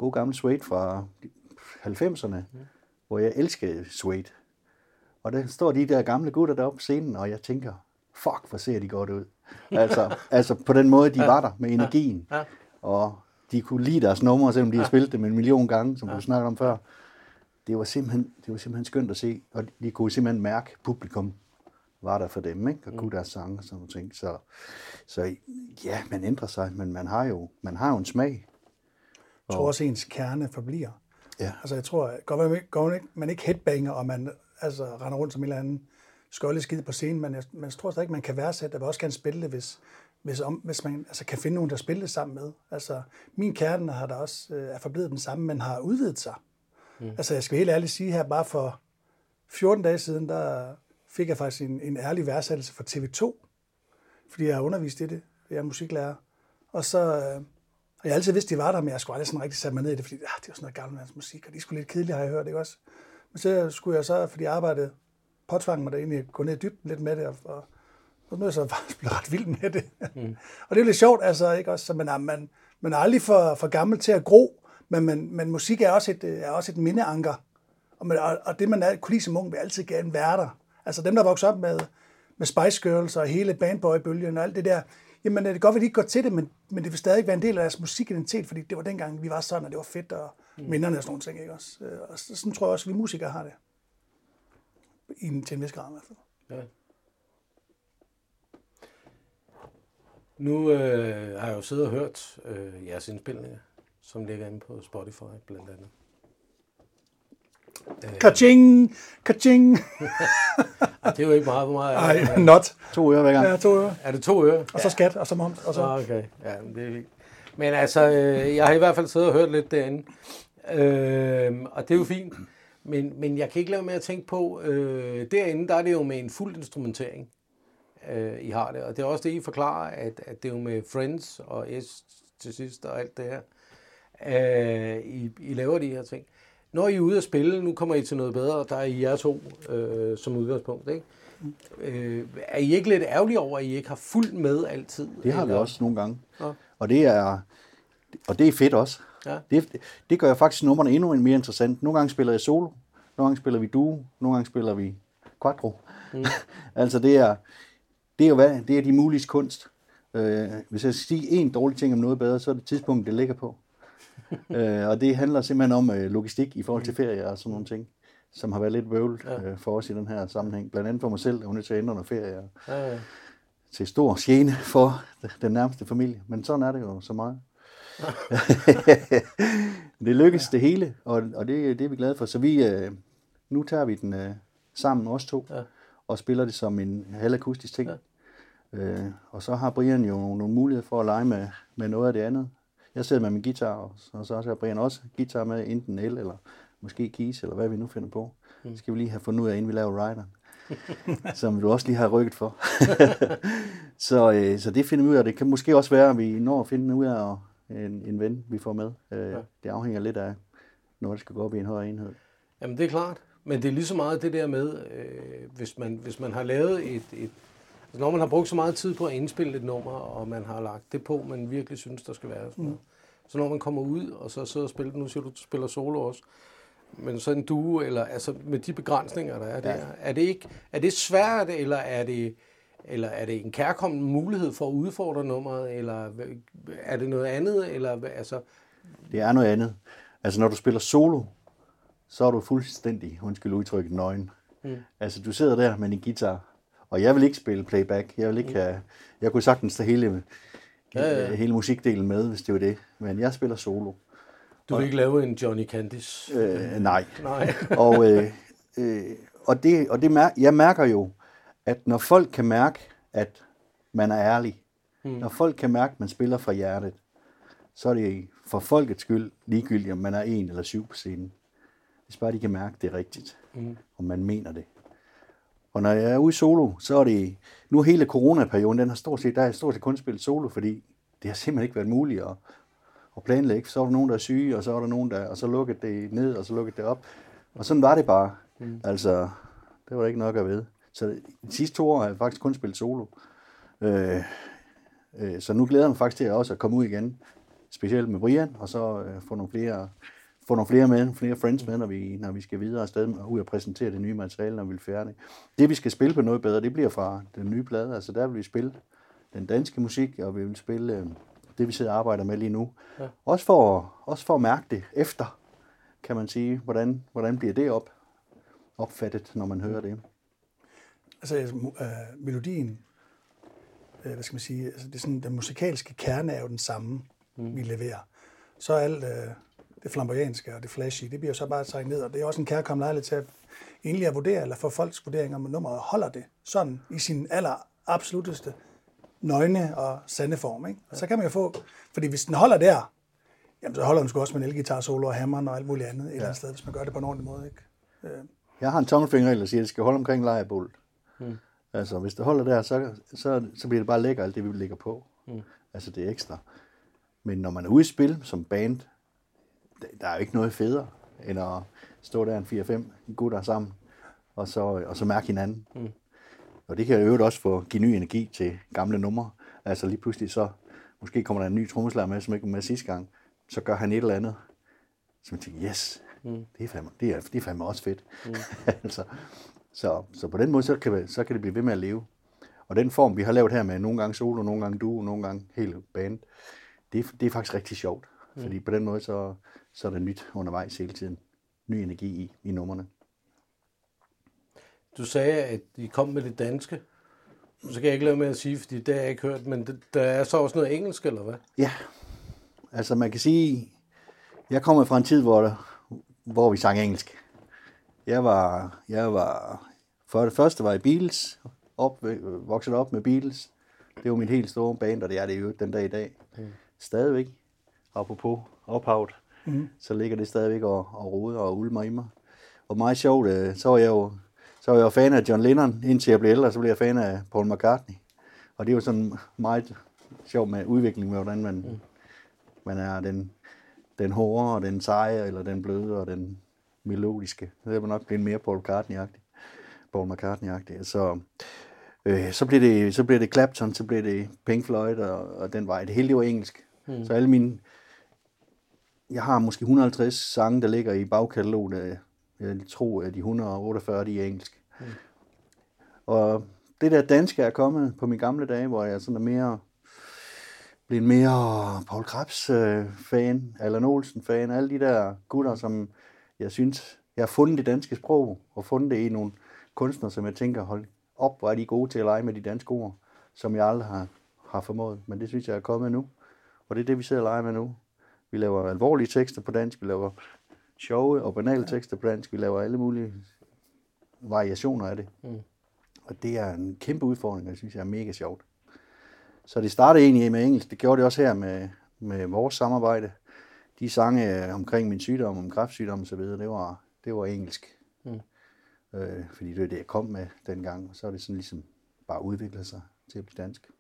god gammel Suede fra halvfemserne, mm. hvor jeg elskede Suede. Og der står de der gamle gutter deroppe på scenen, og jeg tænker, fuck, hvor ser de godt ud. Altså, altså på den måde, de var der med energien. Og de kunne lide deres numre, selvom de har spillet dem en million gange, som du snakkede om før. Det var simpelthen, det var simpelthen skønt at se, og de kunne simpelthen mærke, at publikum var der for dem, ikke? Og kunne deres sange og sådan nogle ting. Så, så ja, man ændrer sig, men man har jo, man har jo en smag. Jeg tror også, ens kerne forbliver. Ja. Altså jeg tror, godt man, godt man ikke headbanger, og man altså render rundt som en eller anden skøjleskid på scenen, men jeg, men jeg tror stadig ikke, man kan værdsætte, at man også kan spille det, hvis, hvis, om, hvis man altså, kan finde nogen, der spiller det sammen med. Altså min kerne har der også øh, er forblevet den samme, men har udvidet sig. Mm. Altså jeg skal helt ærligt sige her, bare for fjorten dage siden, der fik jeg faktisk en, en ærlig værdsættelse fra T V to, fordi jeg har undervist i det. Jeg er musiklærer. Og så, øh, og jeg har altid vidst, de var der, men jeg skulle aldrig sådan rigtig sætte mig ned i det, fordi ah, det var sådan noget gammelmands musik, og de skulle lidt kedeligt, har jeg hørt, ikke også? Men så skulle jeg så, fordi jeg arbejdede, påtvang mig der egentlig gå ned i dybden lidt med det, og, og, og nu er jeg så faktisk blevet ret vild med det. Mm. Og det er lidt sjovt, altså, ikke også? Så man er, man, man er aldrig for, for gammel til at gro, men, men, men musik er også et, er også et mindeanker. Og, man, og, og det, man er kulisse som ung, vil altid gerne være der. Altså dem, der vokser op med, med Spice Girls og hele Bandboy-bølgen og alt det der, jamen det er godt, at de ikke går til det, men, men det vil stadig være en del af deres musikidentitet, fordi det var dengang, vi var sådan, og det var fedt, og mm. minderne og sådan nogle ting, ikke også? Og sådan tror jeg også, at vi musikere har det. I en, til en vis grad i hvert fald. Ja. Nu øh, har jeg jo siddet og hørt øh, jeres indspilninger, som ligger inde på Spotify blandt andet. Ka-ching! Ka-ching! Det er jo ikke meget for mig. Nej, not. To øre hver gang. Ja, to øre. Er det to øre? Og så skat, og så moms. Og så. Okay, ja, det er vildt. Men altså, øh, jeg har i hvert fald siddet og hørt lidt derinde. Øh, og det er jo fint. Men, men jeg kan ikke lade med at tænke på, øh, derinde, der er det jo med en fuld instrumentering, øh, I har det. Og det er også det, I forklarer, at, at det er jo med Friends og S til sidst og alt det her. Øh, I, I laver de her ting. Når I er ude at spille, nu kommer I til noget bedre, der er I jer to øh, som udgangspunkt, ikke? Øh, er I ikke lidt ærgerlige over, at I ikke har fuldt med altid? Det har eller? vi også nogle gange. Ja. Og det er, og det er fedt også. Ja. Det, det gør faktisk numrene endnu mere interessant. Nogle gange spiller jeg solo, nogle gange spiller vi duo, nogle gange spiller vi quattro. Mm. Altså det er, det er jo hvad, det er de mulige kunst. Øh, hvis jeg skal sige en dårlig ting om noget bedre, så er det tidspunktet, det ligger på. øh, og det handler simpelthen om øh, logistik i forhold til ferie og sådan nogle ting, som har været lidt bøvlet ja. øh, for os i den her sammenhæng. Blandt andet for mig selv, der er nødt til at ændre noget ferie. Ja, ja. Til stor gene for den nærmeste familie. Men sådan er det jo så meget. Det lykkes ja. det hele, og, og det, det er vi glade for. Så vi, øh, nu tager vi den øh, sammen, os to, ja. og spiller det som en halvakustisk ting. Ja. Øh, og så har Brian jo nogle muligheder for at lege med, med noget af det andet. Jeg sidder med min guitar, og så, og så har Brian også guitar med, enten el, eller måske keys, eller hvad vi nu finder på. Mm. Det skal vi lige have fundet ud af, inden vi laver Rider, som du også lige har rykket for. så, øh, så det finder vi ud af. Det kan måske også være, at vi når at finde ud af en, en ven, vi får med. Øh, ja. Det afhænger lidt af, når det skal gå op i en højere enhed. Jamen det er klart, men det er lige så meget det der med, øh, hvis, man, hvis man har lavet et, et altså når man har brugt så meget tid på at indspille et nummer, og man har lagt det på, man virkelig synes, der skal være sådan noget. Mm. Så når man kommer ud, og så sidder og spiller, nu siger du, du spiller solo også, men så en duo, eller altså med de begrænsninger, der er der, ja. er det ikke, er det svært, eller er det, eller er det en kærkommen mulighed for at udfordre nummeret, eller er det noget andet, eller altså? Det er noget andet. Altså når du spiller solo, så er du fuldstændig, undskyld udtrykket, nøgen. Mm. Altså du sidder der med din guitar, og jeg vil ikke spille playback. Jeg vil ikke have, jeg kunne sagtens tage hele, ja, ja. hele musikdelen med, hvis det var det. Men jeg spiller solo. Du vil og, ikke lave en Johnny Candice? Øh, nej. nej. og øh, øh, og, det, og det mær- jeg mærker jo, at når folk kan mærke, at man er ærlig, hmm. når folk kan mærke, at man spiller fra hjertet, så er det for folkets skyld ligegyldigt, om man er en eller syv på scenen. Hvis bare de kan mærke, det er rigtigt, hmm. og man mener det. Og når jeg er ude solo, så er det, nu hele coronaperioden, den har stort set, der har jeg stort set kun spillet solo, fordi det har simpelthen ikke været muligt at, at planlægge. Så var der nogen, der er syge, og så var der nogen, der, og så lukkede det ned, og så lukkede det op. Og sådan var det bare. Mm. Altså, det var ikke nok at vide. Så de sidste to år har jeg faktisk kun spillet solo. Øh, øh, så nu glæder jeg mig faktisk til at også at komme ud igen specielt med Brian, og så øh, få nogle flere, få nogle flere med, flere friends med, når vi, når vi skal videre afsted og ud og præsentere det nye materiale, når vi er færdige. Det, vi skal spille på noget bedre, det bliver fra den nye plade. Altså der vil vi spille den danske musik, og vi vil spille øh, det, vi sidder og arbejder med lige nu. Ja. Også, for, også for at mærke det efter, kan man sige, hvordan, hvordan bliver det op, opfattet, når man hører det. Altså øh, melodien, øh, hvad skal man sige, altså det er sådan, den musikalske kerne er jo den samme, mm. vi leverer. Så alt øh, det flamboyanske og det flashy, det bliver så bare trækket ned, og det er også en kærkommen lejlighed til at egentlig at vurdere, eller få folks vurderinger om nummeret, holder det sådan i sin aller absoluteste nøgne og sande form, ikke? Ja. Så kan man jo få, fordi hvis den holder der, jamen så holder den sgu også med en elgitar solo og hammeren og alt muligt andet et ja. eller andet sted, hvis man gør det på en ordentlig måde, ikke? Øh. Jeg har en tommelfingerregel, der siger, at det skal holde omkring lejrebullet. Mm. Altså, hvis det holder der, så, så, så bliver det bare lækker, alt det, vi lægger på. Mm. Altså, det er ekstra. Men når man er ude i spil som band, der er jo ikke noget federe, end at stå der en fire fem gutter sammen, og så, og så mærke hinanden. Mm. Og det kan jo øvrigt også få give ny energi til gamle numre. Altså lige pludselig så, måske kommer der en ny trommeslager med, som ikke var med sidste gang, så gør han et eller andet, som jeg tænker, yes, mm. det, er fandme, det, er, det er fandme også fedt. Mm. altså, så, så på den måde, så kan, så kan det blive ved med at leve. Og den form, vi har lavet her med nogle gange solo, nogle gange duo, nogle gange hele band, det, det er faktisk rigtig sjovt. Mm. Fordi på den måde, så, så er der nyt undervejs hele tiden. Ny energi i, i numrene. Du sagde, at I kom med det danske. Så kan jeg ikke lade med at sige, fordi det har jeg ikke hørt, men det, der er så også noget engelsk, eller hvad? Ja, altså man kan sige, jeg kommer fra en tid, hvor, der, hvor vi sang engelsk. Jeg var, jeg var, for det første var i Beatles, op, vokset op med Beatles. Det var min helt store band, og det er det jo den dag i dag. Mm. Stadigvæk, apropos ophavet, mm. så ligger det stadigvæk og, og roder og ulmer i mig. Og meget sjovt, så var jeg jo Så var jeg jo fan af John Lennon, indtil jeg blev ældre, så blev jeg fan af Paul McCartney. Og det er jo sådan meget sjovt med udvikling, med hvordan man, mm. man er den, den hårde, og den seje, eller den bløde, og den melodiske. Det er nok blevet mere Paul McCartney-agtig. Paul McCartney-agtig. Så, øh, så, blev det, så blev det Clapton, så blev det Pink Floyd, og, og den vej. Det hele det var engelsk. Mm. Så alle mine... Jeg har måske et hundrede og halvtreds sange, der ligger i bagkataloget. Jeg tror, at de et hundrede og otteogfyrre, de er engelsk. Mm. Og det der danske er kommet på mine gamle dage, hvor jeg sådan er mere, blevet mere Paul Krebs-fan, Allan Olsen-fan, alle de der gutter, som jeg synes, jeg har fundet det danske sprog, og fundet det i nogle kunstnere, som jeg tænker, hold op, hvor er de gode til at lege med de danske ord, som jeg aldrig har, har formået. Men det synes jeg er kommet nu, og det er det, vi sidder og leger med nu. Vi laver alvorlige tekster på dansk, vi laver sjove og banale tekster på dansk. Vi laver alle mulige variationer af det. Mm. Og det er en kæmpe udfordring, og det synes jeg er mega sjovt. Så det startede egentlig med engelsk. Det gjorde det også her med, med vores samarbejde. De sange omkring min sygdom, om kræftsygdom og så videre, det var, det var engelsk. Mm. Øh, fordi det var det, jeg kom med dengang. Og så er det sådan ligesom bare udviklet sig til at blive dansk.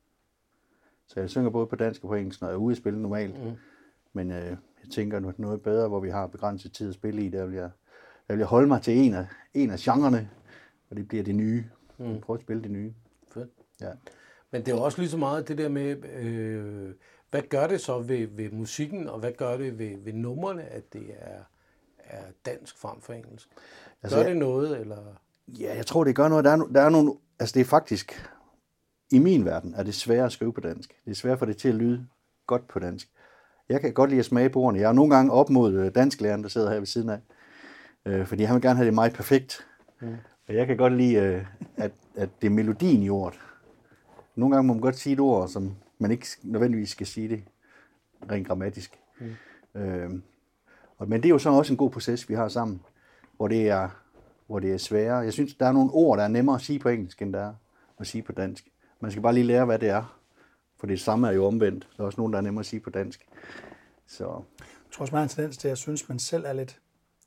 Så jeg synger både på dansk og på engelsk, når jeg er ude at spille normalt. Mm. Men øh, jeg tænker, at noget bedre, hvor vi har begrænset tid at spille i, der vil jeg, der vil jeg holde mig til en af, en af genrerne, og det bliver det nye. Mm. Prøv at spille det nye. Fedt. Ja. Men det er også lige så meget det der med, øh, hvad gør det så ved, ved musikken, og hvad gør det ved, ved numrene, at det er, er dansk frem for engelsk? Gør altså, det noget, eller? Ja, jeg tror, det gør noget. Der er, der er nogle, altså det er faktisk, i min verden, er det svært at skrive på dansk. Det er svært for det til at lyde godt på dansk. Jeg kan godt lide at smage på ordene. Jeg er nogle gange op mod dansklæreren, der sidder her ved siden af. Øh, fordi han vil gerne have det meget perfekt. Mm. Og jeg kan godt lide, øh, at, at det er melodien i ordet. Nogle gange må man godt sige et ord, som man ikke nødvendigvis skal sige det rent grammatisk. Mm. Øh, og, men det er jo så også en god proces, vi har sammen, hvor det er, hvor det er sværere. Jeg synes, der er nogle ord, der er nemmere at sige på engelsk, end der er at sige på dansk. Man skal bare lige lære, hvad det er. For det samme er jo omvendt. Der er også nogen, der er nemmere at sige på dansk. Så. Jeg tror også, man har en tendens til, at jeg synes, man selv er lidt,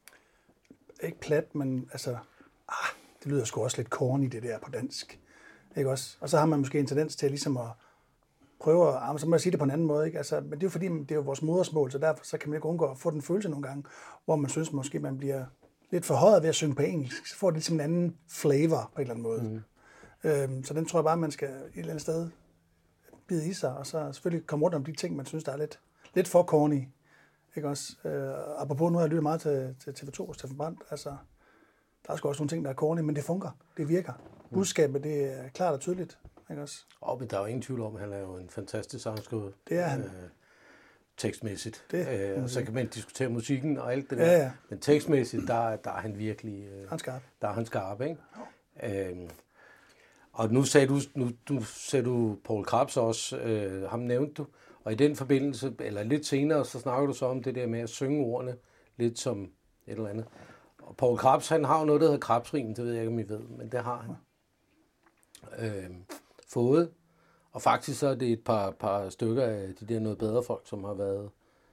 ikke plat, men altså, ah, det lyder sgu også lidt corny, det der på dansk. Ikke også? Og så har man måske en tendens til ligesom at prøve at, ah, så må jeg sige det på en anden måde, ikke? Altså, men det er jo fordi, det er jo vores modersmål, så derfor så kan man ikke undgå at få den følelse nogle gange, hvor man synes måske, man bliver lidt forhøjet ved at synge på engelsk. Så får det ligesom en anden flavor på en eller anden måde. Mm. Øhm, så den tror jeg bare, man skal et eller andet sted bide i sig, og så selvfølgelig komme rundt om de ting, man synes, der er lidt, lidt for corny. Ikke også? Øh, apropos, nu har jeg lyttet meget til, til T V to og Steffen Brandt. Altså, der er sgu også nogle ting, der er corny, men det fungerer. Det virker. Budskabet, det er klart og tydeligt. Ikke også? Og men der er jo ingen tvivl om, at han er jo en fantastisk sangskriver. Det er han. Øh, tekstmæssigt. Det, øh, og så kan man diskutere musikken og alt det ja, der. ja. Men tekstmæssigt, der, der er han virkelig... Øh, han skarp. Der er han skarp, ikke? Øh, og nu sagde du, nu, nu sagde du Poul Krebs også, øh, ham nævnte du. Og i den forbindelse, eller lidt senere, så snakker du så om det der med at synge ordene lidt som et eller andet. Og Poul Krebs, han har jo noget, der hedder Krebsrim, det ved jeg ikke, om I ved, men det har han øh, fået. Og faktisk så er det et par, par stykker af de der noget bedre folk, som har været,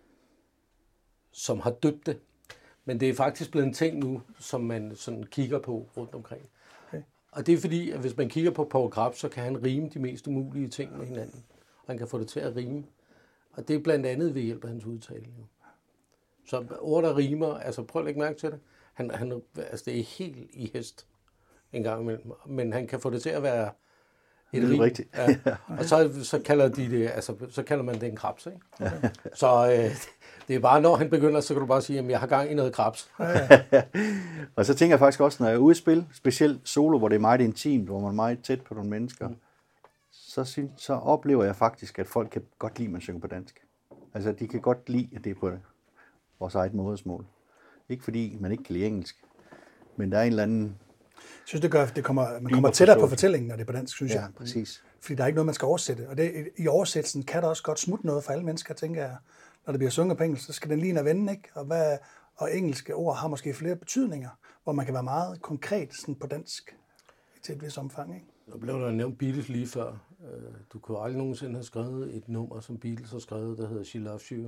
som har døbt det. Men det er faktisk blevet en ting nu, som man sådan kigger på rundt omkring. Okay. Og det er fordi, at hvis man kigger på Poul Krebs, så kan han rime de mest umulige ting med hinanden. Og han kan få det til at rime. Og det er blandt andet ved hjælp af hans udtale. Jo. Så ord, der rimer, altså prøv at lægge mærke til det. Han, han, altså det er helt i hest en gang imellem. Men han kan få det til at være et rim. Rigtigt. Ja. Og så, så, kalder de det, altså, så kalder man det en krebs, ikke? Okay. Så øh, det er bare, når han begynder, så kan du bare sige, at jeg har gang i noget krebs. Og så tænker jeg faktisk også, når jeg er ude i spil, specielt solo, hvor det er meget intimt, hvor man er meget tæt på nogle mennesker, mm. så, synes, så oplever jeg faktisk, at folk kan godt lide, at man synger på dansk. Altså, de kan godt lide, at det er på det, vores eget modersmål. Ikke fordi man ikke kan lide engelsk, men der er en eller anden... Jeg synes, det gør, det kommer, man kommer tættere på fortællingen, når det er på dansk, synes ja, jeg. Præcis. Fordi der er ikke noget, man skal oversætte. Og det, i oversættelsen kan der også godt smutte noget for alle mennesker, tænker jeg. Når det bliver sunget på engelsk, så skal den lige ind vende, ikke? Og, hvad, og engelske ord har måske flere betydninger, hvor man kan være meget konkret sådan på dansk til et vis omfang, ikke? Nu blev der nævnt Beatles lige før. Du kunne aldrig nogensinde have skrevet et nummer, som Beatles har skrevet, der hedder She Loves You,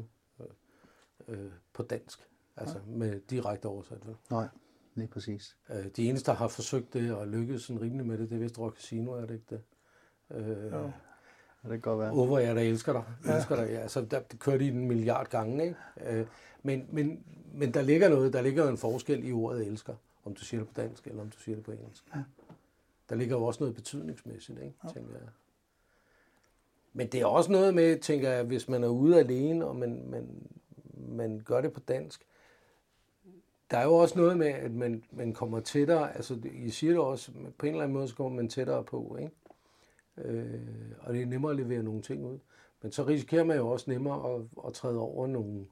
på dansk. Altså ja. Med direkte oversat. Vel? Nej, lige præcis. De eneste, der har forsøgt det og lykkedes sådan rimelig med det, det er vist Rock Casino, er det ikke det? Øh, ja. Det kan godt være. Over jeg der elsker dig. Ja. Elsker dig. Ja, altså, der kører de en milliard gange, ikke? Øh, men, men, men der ligger noget, der ligger en forskel i ordet elsker, om du siger det på dansk, eller om du siger det på engelsk. Ja. Der ligger jo også noget betydningsmæssigt, ikke? Ja. Tænker jeg. Men det er også noget med, tænker jeg, hvis man er ude alene, og man, man, man gør det på dansk, der er jo også noget med, at man, man kommer tættere, altså I siger det også, på en eller anden måde, så kommer man tættere på, ikke? Øh, og det er nemmere at levere nogle ting ud. Men så risikerer man jo også nemmere at, at træde over nogle,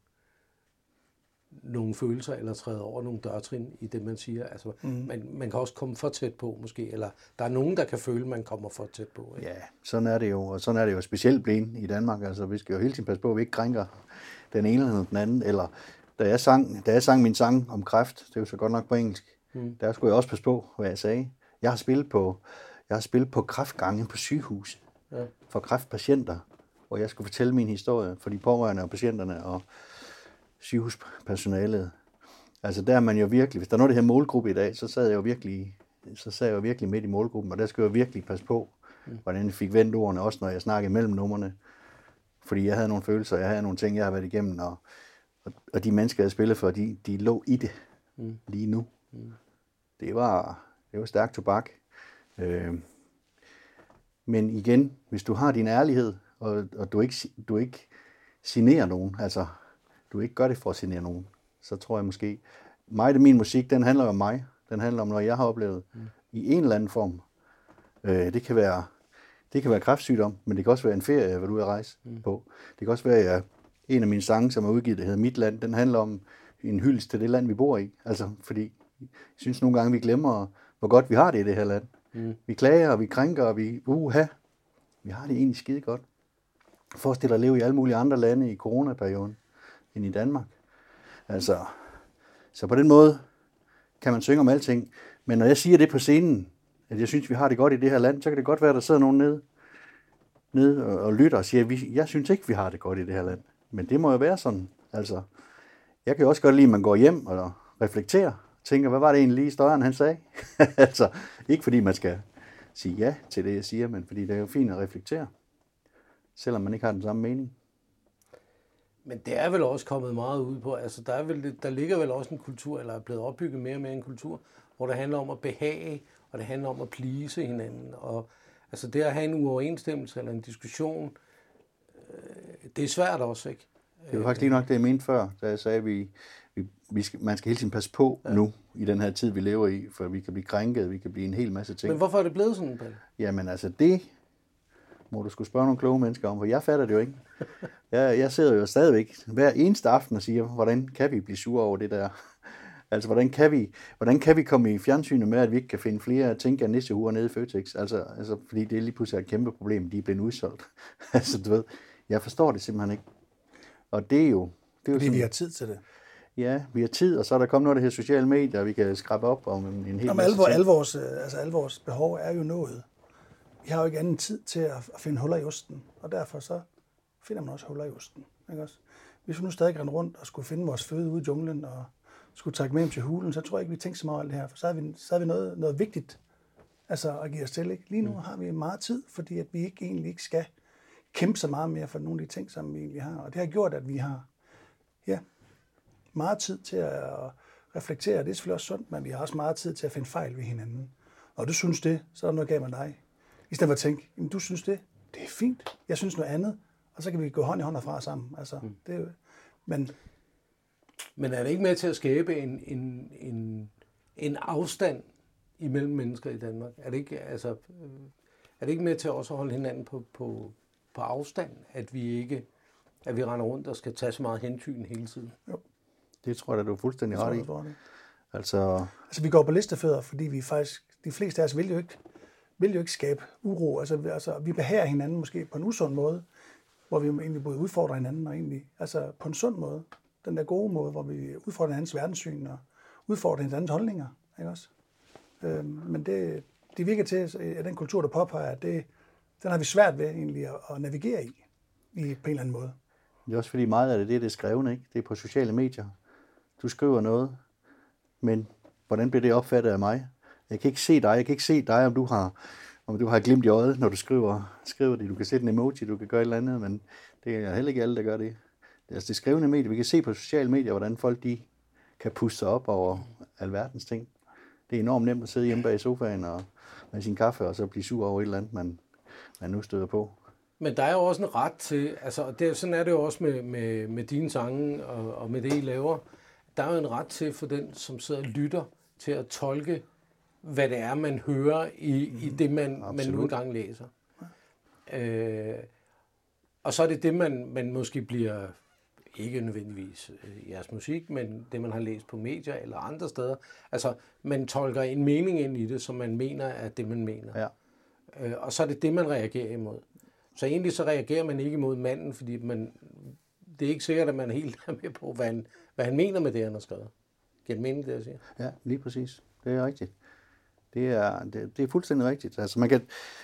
nogle følelser, eller træde over nogle dørtrin i det, man siger. Altså, mm. man, man kan også komme for tæt på, måske, eller der er nogen, der kan føle, at man kommer for tæt på. Ikke? Ja, sådan er det jo, og sådan er det jo specielt blevet i Danmark. Altså, vi skal jo hele tiden passe på, at vi ikke krænker den ene eller den anden, eller da jeg sang, da jeg sang min sang om kræft, det er jo så godt nok på engelsk, mm. der skulle jeg også passe på, hvad jeg sagde. Jeg har spillet på Jeg har spillet på kræftgange på sygehus ja. For kræftpatienter, hvor jeg skulle fortælle min historie for de pårørende og patienterne og sygehuspersonalet. Altså der er man jo virkelig, hvis der er noget, det her målgruppe i dag, så sad jeg jo virkelig, så sad jeg jo virkelig midt i målgruppen, og der skulle jeg virkelig passe på, mm. hvordan jeg fik vendt ordene, også når jeg snakkede mellem numrene. Fordi jeg havde nogle følelser, jeg havde nogle ting, jeg har været igennem, og, og, og de mennesker, jeg spillede for, de, de lå i det mm. lige nu. Mm. Det var, det var stærkt tobak. Øh, men igen, hvis du har din ærlighed, og, og du ikke, du ikke generer nogen, altså du ikke gør det for at genere nogen, så tror jeg måske, mig, det min musik, den handler om mig, den handler om noget, jeg har oplevet mm. i en eller anden form. Øh, det kan være, det kan være kræftsygdom, men det kan også være en ferie, jeg har været ude at rejse mm. på. Det kan også være, at jeg, en af mine sange, som er udgivet, der hedder Mit Land, den handler om en hyldest til det land, vi bor i. Altså, fordi jeg synes nogle gange, vi glemmer, hvor godt vi har det i det her land. Mm. Vi klager, og vi krænker, og vi uha. Vi har det egentlig skide godt. Forestil dig at leve i alle mulige andre lande i coronaperioden, end i Danmark. Altså, så på den måde kan man synge om alting. Men når jeg siger det på scenen, at jeg synes, vi har det godt i det her land, så kan det godt være, at der sidder nogen nede, nede og, og lytter og siger, at jeg synes ikke, vi har det godt i det her land. Men det må jo være sådan. Altså, jeg kan jo også godt lide, at man går hjem og reflekterer. Tænker, hvad var det egentlig lige større, han sagde? Altså, ikke fordi man skal sige ja til det, jeg siger, men fordi det er jo fint at reflektere, selvom man ikke har den samme mening. Men det er vel også kommet meget ud på, altså der, er vel, der ligger vel også en kultur, eller er blevet opbygget mere og mere en kultur, hvor det handler om at behage, og det handler om at please hinanden. Og altså det at have en uoverensstemmelse eller en diskussion, øh, det er svært også, ikke? Det var faktisk lige nok det, jeg mente før, da jeg sagde, at vi, vi, vi skal, man skal hele tiden passe på ja. nu, i den her tid, vi lever i, for vi kan blive krænket, vi kan blive en hel masse ting. Men hvorfor er det blevet sådan, Palle? Jamen altså, det må du skulle spørge nogle kloge mennesker om, for jeg fatter det jo ikke. Jeg, jeg sidder jo stadigvæk hver eneste aften og siger, hvordan kan vi blive sure over det der? Altså, hvordan kan vi, hvordan kan vi komme i fjernsynet med, at vi ikke kan finde flere tænker nissehuer nede i Føtex? Altså, altså, fordi det er lige pludselig et kæmpe problem, de er blevet udsolgt. altså, du ved, jeg forstår det simpelthen ikke. Og det er jo... Det er jo fordi sådan, vi har tid til det. Ja, vi har tid, og så er der kommet noget, der hedder sociale medier, og vi kan skrabe op om en, en hel Jamen, masse alle, ting. alle, vores, altså, alle vores behov er jo nået. Vi har jo ikke anden tid til at, at finde huller i osten, og derfor så finder man også huller i osten. Ikke også? Hvis vi nu stadig rendte rundt og skulle finde vores føde ude i junglen, og skulle takke med hjem til hulen, så tror jeg ikke, vi tænkte så meget over det her, for så havde vi, så havde vi noget, noget vigtigt altså, at give os til. Ikke? Lige nu har vi meget tid, fordi at vi ikke, egentlig ikke skal kæmpe så meget mere for nogle af de ting, som vi egentlig har. Og det har gjort, at vi har ja, meget tid til at reflektere. Det er selvfølgelig også sundt, men vi har også meget tid til at finde fejl ved hinanden. Og du synes det, så er der noget galt med dig. I stedet for at tænke, jamen, du synes det, det er fint, jeg synes noget andet, og så kan vi gå hånd i hånd herfra sammen. Altså, mm. det er jo, men... men er det ikke med til at skabe en, en, en, en afstand imellem mennesker i Danmark? Er det ikke, altså, er det ikke med til også at holde hinanden på, på, på afstand, at vi ikke at vi render rundt og skal tage så meget hensyn hele tiden? Jo. Det tror jeg, du er fuldstændig ret i. Det. Altså... altså, vi går på listefødder, fordi vi faktisk, de fleste af os vil jo ikke, vil jo ikke skabe uro. Altså, altså, vi behager hinanden måske på en usund måde, hvor vi egentlig både udfordrer hinanden og egentlig, altså på en sund måde. Den der gode måde, hvor vi udfordrer hinandens verdenssyn og udfordrer hinandens holdninger. Ikke også? Øhm, men det, det virker til, at den kultur, der påpeger, at det, den har vi svært ved egentlig at, at navigere i, i på en eller anden måde. Det er også fordi meget af det, det er det skrevne, ikke? Det er på sociale medier. Du skriver noget, men hvordan bliver det opfattet af mig? Jeg kan ikke se dig, jeg kan ikke se dig, om du har, om du har glimt i øjet, når du skriver, skriver det. Du kan sætte en emoji, du kan gøre et eller andet, men det er heller ikke alle, der gør det. Det er altså det skrevne medier. Vi kan se på sociale medier, hvordan folk de kan puste sig op over alverdens ting. Det er enormt nemt at sidde hjemme bag i sofaen og med sin kaffe, og så blive sur over et eller andet, man, man nu støder på. Men der er jo også en ret til, altså det, sådan er det jo også med, med, med dine sange og, og med det, I laver. Der er jo en ret til for den, som sidder og lytter, til at tolke, hvad det er, man hører i, mm, i det, man, man nu engang læser. Øh, og så er det det, man, man måske bliver, ikke nødvendigvis i jeres musik, men det, man har læst på medier eller andre steder. Altså, man tolker en mening ind i det, som man mener er det, man mener. Ja. Øh, og så er det det, man reagerer imod. Så egentlig så reagerer man ikke imod manden, fordi man, det er ikke sikkert, at man helt er med på, hvad han, hvad han mener med det, han har skrevet. Giver det mening, det jeg siger? Ja, lige præcis. Det er rigtigt. Det er, det, det er fuldstændig rigtigt. Altså man kan,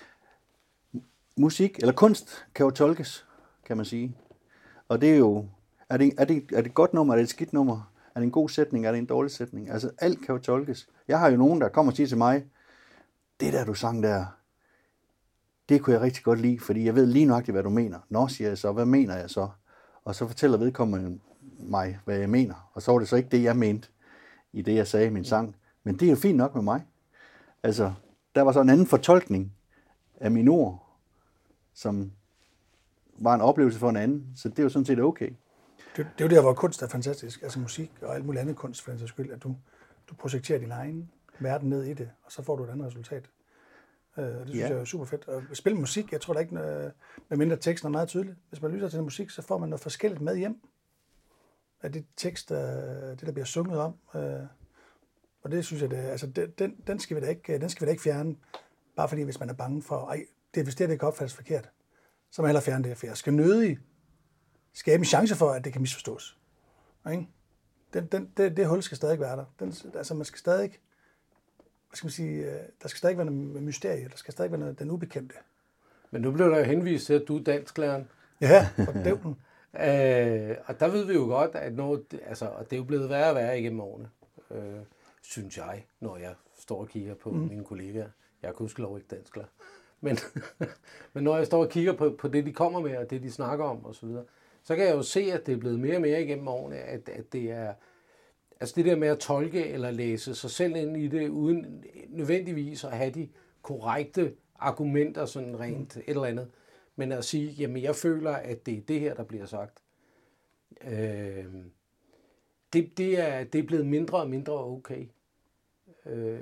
musik eller kunst kan jo tolkes, kan man sige. Og det er jo, er det, er det, er det et godt nummer, er det et skidt nummer, er det en god sætning, er det en dårlig sætning? Altså alt kan jo tolkes. Jeg har jo nogen, der kommer og siger til mig, det der du sang der, det kunne jeg rigtig godt lide, fordi jeg ved lige nøjagtigt, hvad du mener. Nå, siger jeg så, hvad mener jeg så? Og så fortæller vedkommende mig, hvad jeg mener. Og så var det så ikke det, jeg mente i det, jeg sagde i min sang. Men det er jo fint nok med mig. Altså, der var så en anden fortolkning af mine ord, som var en oplevelse for en anden. Så det er jo sådan set okay. Det, det er jo der, hvor kunst er fantastisk. Altså musik og alt muligt andet kunst, for den sags skyld, at du, du projekterer din egen verden ned i det, og så får du et andet resultat. Uh, det synes ja. jeg er super fedt. Og spille musik, jeg tror da ikke, med mindre teksten er meget tydelig. Hvis man lytter til musik, så får man noget forskelligt med hjem af det tekst, det der bliver sunget om. Uh, og det synes jeg, det, altså, den, den, skal vi da ikke, den skal vi da ikke fjerne, bare fordi hvis man er bange for, ej, det, hvis det, det kan opfattes forkert, så må jeg hellere fjerne det, for jeg skal nødig skabe en chance for, at det kan misforstås. Ikke? Den, den, det, det hul skal stadig være der. Den, altså man skal stadig, hvad skal man sige, der skal stadig være noget mysterie, der skal stadig være noget, den ubekendte. Men nu blev der jo henvist til, at du er dansklæreren. Ja, for dævlen. øh, og der ved vi jo godt, at når, altså, og det er jo blevet værre og værre igennem årene, øh, synes jeg, når jeg står og kigger på mm. mine kollegaer. Jeg kan huske lov ikke dansklærer. Men, men når jeg står og kigger på, på det, de kommer med, og det, de snakker om osv., så, så kan jeg jo se, at det er blevet mere og mere igennem årene, at, at det er, altså det der med at tolke eller læse sig selv ind i det, uden nødvendigvis at have de korrekte argumenter, sådan rent et eller andet, men at sige, jamen jeg føler, at det er det her, der bliver sagt. øh, det, det, er, det er blevet mindre og mindre okay. Øh,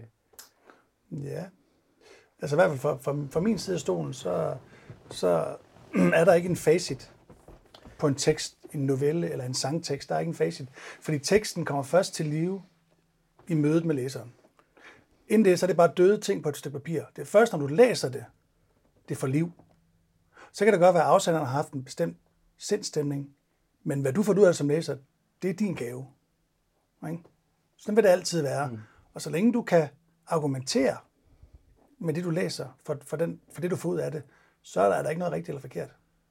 Ja. Altså i hvert fald fra, fra, fra min side af stolen, så, så er der ikke en facit på en tekst, en novelle eller en sangtekst. Der er ikke en facit, fordi teksten kommer først til live i mødet med læseren. Inden det, så er det bare døde ting på et stykke papir. Det er først, når du læser det, det får liv. Så kan det godt være, at afsenderen har haft en bestemt sindstemning, men hvad du får ud af det som læser, det er din gave. Ikke? Sådan vil det altid være. Mm. Og så længe du kan argumentere med det, du læser, for, for, den, for det, du får ud af det, så er der, er der ikke noget rigtigt eller forkert.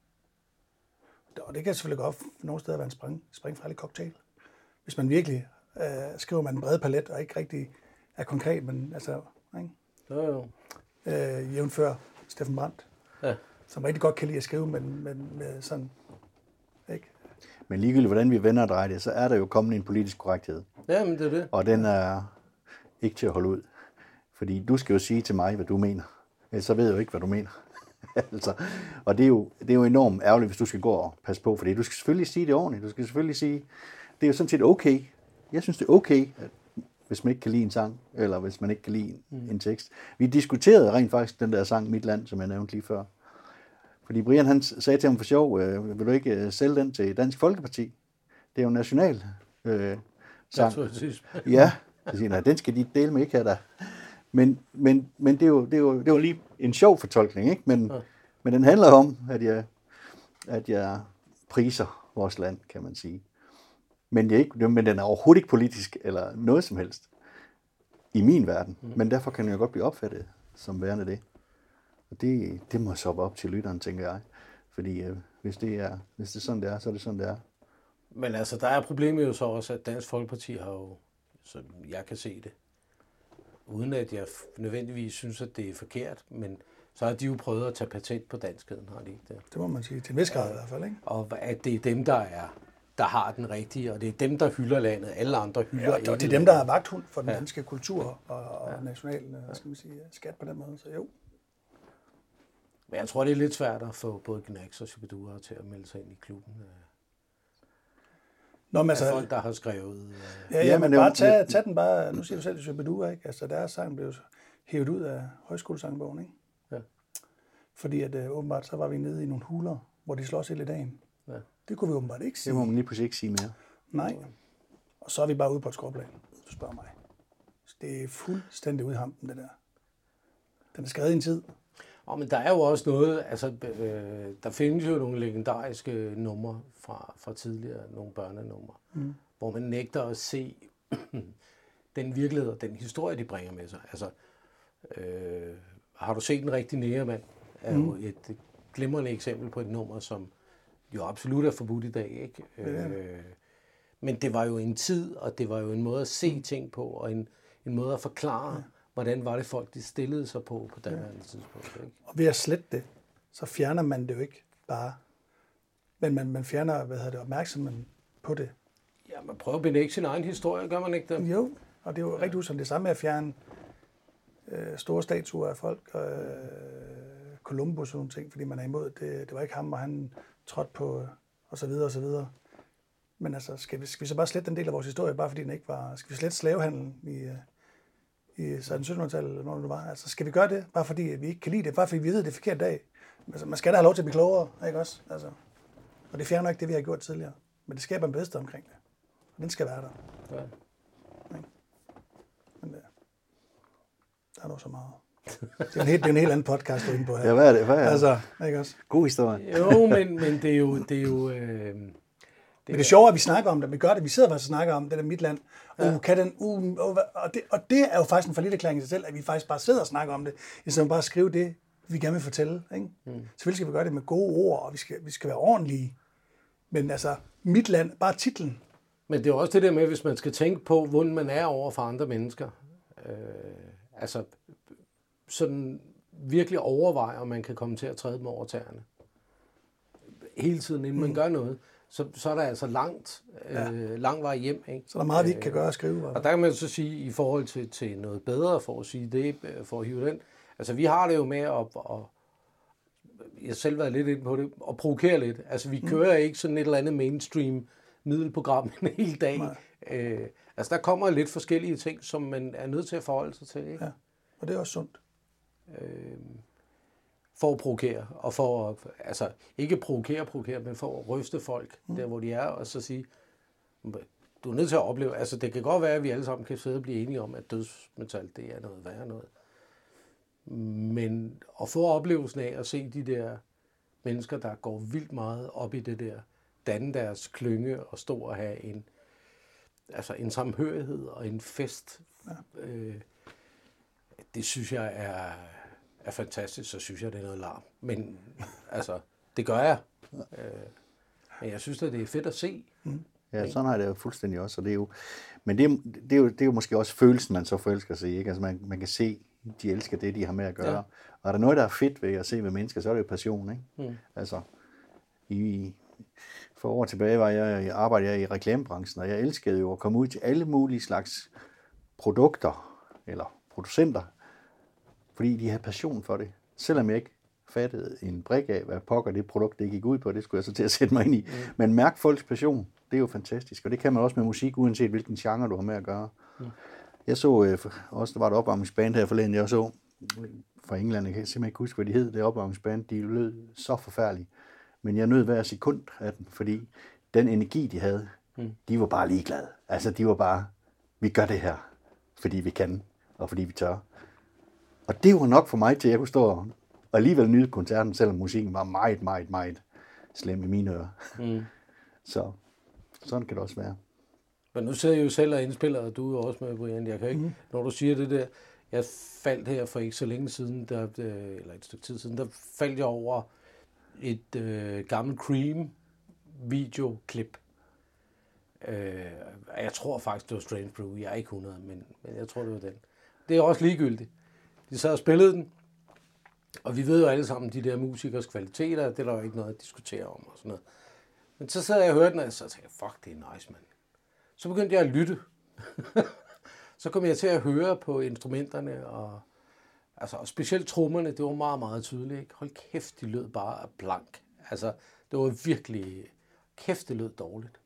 Og det kan selvfølgelig godt nogle steder være en spring, springfrejlig cocktail. Hvis man virkelig øh, skriver med en bred palet, og ikke rigtig er konkret, men altså, ikke? Jo, jo. Øh, jævnfør Steffen Brandt, Ja. som rigtig godt kan lide at skrive, men, men med sådan, ikke? Men ligegyldigt, hvordan vi vender og drejer det, så er der jo kommet en politisk korrekthed. Ja, men det er det. Og den er ikke til at holde ud. Fordi du skal jo sige til mig, hvad du mener. Ellers så ved jeg jo ikke, hvad du mener. altså, og det er, jo, det er jo enormt ærgerligt, hvis du skal gå og passe på. Fordi du skal selvfølgelig sige det ordentligt. Du skal selvfølgelig sige, det er jo sådan set okay. Jeg synes, det er okay, at hvis man ikke kan lide en sang, eller hvis man ikke kan lide en, mm. en tekst. Vi diskuterede rent faktisk den der sang, Mit Land, som jeg nævnte lige før. Fordi Brian, han sagde til ham for sjov, øh, vil du ikke øh, sælge den til Dansk Folkeparti? Det er jo en national øh, sang. Ja, så siger, nej, den skal de dele med ikke have der. Men, men, men det, er jo, det, er jo, det er jo lige en sjov fortolkning, ikke? Men, ja. men den handler om, at jeg, at jeg priser vores land, kan man sige. Men, det er ikke, men den er overhovedet ikke politisk, eller noget som helst, i min verden. Mm. Men derfor kan den jo godt blive opfattet som værende det. Og det, det må så op til lytteren, tænker jeg. Fordi øh, hvis, det er, hvis det er sådan, det er, så er det sådan, det er. Men altså, der er problemet jo så også, at Dansk Folkeparti har jo, så jeg kan se det, uden at jeg nødvendigvis synes, at det er forkert, men så har de jo prøvet at tage patent på danskheden, har de ikke det? Det må man sige, til en vis grad i hvert fald, ikke? Og at det er dem, der er, der har den rigtige, og det er dem, der hylder landet. Alle andre hylder ja, ikke. Og det er dem, der er vagthund for den ja. danske kultur og, og ja. national, hvad skal man sige, skat på den måde, så jo. Men jeg tror, det er lidt svært at få både Gnax og Shubidua til at melde sig ind i klubben. Nå, men altså, folk, der har skrevet... Uh... Ja, ja, men bare tag, tag den bare... Nu siger du selv, Shubidua, ikke? Altså, deres sang blev hævet ud af højskolesangbogen, ikke? Ja. Fordi at øh, åbenbart, så var vi nede i nogle huler, hvor de slås hele dagen. Ja. Det kunne vi åbenbart ikke sige. Det må man lige pludselig ikke sige mere. Nej. Og så er vi bare ude på et skråplan, hvis du spørger mig. Så det er fuldstændig udhampen, det der. Den er skrevet i en tid. Oh, men der er jo også noget, altså, øh, der findes jo nogle legendariske numre fra, fra tidligere, nogle børnenumre, mm. hvor man nægter at se den virkelighed og den historie, de bringer med sig. Altså, øh, har du set En rigtig nærmand? Er mm. jo et glimrende eksempel på et nummer, som jo absolut er forbudt i dag, ikke? Ja. Øh, men det var jo en tid, og det var jo en måde at se ting på, og en, en måde at forklare, ja. hvordan var det folk, de stillede sig på på den ja. tidspunkt. Ikke? Og ved at slette det, så fjerner man det jo ikke bare. Men man, man fjerner, hvad hedder det, opmærksomheden på det. Ja, man prøver at benægte sin egen historie, gør man ikke det? Jo, og det er jo ja. rigtig usundt. Det samme med at fjerne øh, store statuer af folk, øh, Columbus og sådan ting, fordi man er imod, det, det var ikke ham, og han trådte på, og så videre, og så videre. Men altså, skal vi, skal vi så bare slette den del af vores historie, bare fordi den ikke var... Skal vi slette slavehandlen i... Øh, i syttenhundredetallet, eller når det var. Altså, skal vi gøre det, bare fordi vi ikke kan lide det, bare fordi vi ved, det er forkert dag? Altså, man skal da have lov til at blive klogere, ikke også? Altså, og det fjerner ikke det, vi har gjort tidligere. Men det skaber en bevidsthed omkring det. Og den skal være der. Ja. Men det, der er noget så meget. Det er en helt, det er en helt anden podcast, du er inde på her. Ja, hvad er det? Hvad er det? Altså, ikke også? God historie. Jo, men, men det er jo... Det er jo øh... Det men det er sjovt, at vi snakker om det. Vi gør det. Vi sidder faktisk og snakker om det der Mit Land. Uh, ja. kan den, uh, og, det, og det er jo faktisk en forlitterklæring i sig selv, at vi faktisk bare sidder og snakker om det, i stedet for bare at skrive det, vi gerne vil fortælle. Ikke? Mm. Selvfølgelig skal vi gøre det med gode ord, og vi skal, vi skal være ordentlige. Men altså, Mit Land, bare titlen. Men det er også det der med, hvis man skal tænke på, hvordan man er over for andre mennesker. Øh, altså, sådan virkelig overveje, om man kan komme til at træde dem over tæerne. Hele tiden, inden mm. man gør noget. Så, så er der altså langt, ja. øh, lang vej hjem. Ikke? Så der er meget, vi ikke kan gøre at skrive. Og der kan man så sige, i forhold til, til noget bedre, for at sige det, for at hive den. Altså, vi har det jo med at, at jeg har selv været lidt inde på det, og provokere lidt. Altså, vi kører mm. ikke sådan et eller andet mainstream middelprogram en hel dag. Øh, altså, der kommer lidt forskellige ting, som man er nødt til at forholde sig til. Ikke? Ja, og det er også sundt. Øh, for at provokere, og for at, altså, ikke provokere, provokere, men for at ryste folk, mm. der hvor de er, og så sige, du er nødt til at opleve, altså det kan godt være, at vi alle sammen kan sidde og blive enige om, at dødsmetal, det er noget værre noget. Men at få oplevelsen af at se de der mennesker, der går vildt meget op i det der, danne deres klynge og stå og have en, altså en samhørighed og en fest, ja. øh, det synes jeg er, er fantastisk, så synes jeg, det er noget larm. Men altså, det gør jeg. Øh, men jeg synes, at det er fedt at se. Mm. Ja, sådan har det jo fuldstændig også. Og det er jo, men det er, det, er jo, det er jo måske også følelsen, man så forelsker sig i. Ikke? Altså man, man kan se, de elsker det, de har med at gøre. Ja. Og er der noget, der er fedt ved at se med mennesker, så er det jo passion. Ikke? Mm. Altså, i, for år tilbage var jeg, jeg arbejdede jeg i reklamebranchen, og jeg elskede jo at komme ud til alle mulige slags produkter, eller producenter, fordi de havde passion for det. Selvom jeg ikke fattede en brik af, hvad pokker det produkt, det gik ud på, det skulle jeg så til at sætte mig ind i. Mm. Men mærk folks passion, det er jo fantastisk, og det kan man også med musik, uanset hvilken genre du har med at gøre. Mm. Jeg så, øh, også der var et opvarmningsband her forleden, jeg så fra England, jeg kan simpelthen ikke huske, hvad de hed, det opvarmningsband, de lød så forfærdeligt. Men jeg nød hver sekund af den, fordi den energi, de havde, mm. de var bare ligeglade. Altså, de var bare, vi gør det her, fordi vi kan, og fordi vi tør. Og det var nok for mig til, at jeg kunne stå og alligevel nyde koncerten, selvom musikken var meget, meget, meget slem i mine ører. Mm. Så sådan kan det også være. Men nu sidder jeg jo selv og indspiller, og du er også med, Brian. Jeg kan ikke, mm. når du siger det der, jeg faldt her for ikke så længe siden, der, eller et stykke tid siden, der faldt jeg over et øh, gammelt Cream videoklip. Øh, jeg tror faktisk, det var Strange Brew. Jeg er ikke hundrede, men, men jeg tror, det var den. Det er også ligegyldigt. De sad og spillede den, og vi ved jo alle sammen, de der musikers kvaliteter, det er der jo ikke noget at diskutere om og sådan noget. Men så sad jeg og hørte den, og så tænkte jeg, fuck, det er nice, mand. Så begyndte jeg at lytte. Så kom jeg til at høre på instrumenterne, og, altså, og specielt trommerne, det var meget, meget tydeligt. Ikke? Hold kæft, de lød bare blank. Altså, det var virkelig, kæft, det lød dårligt.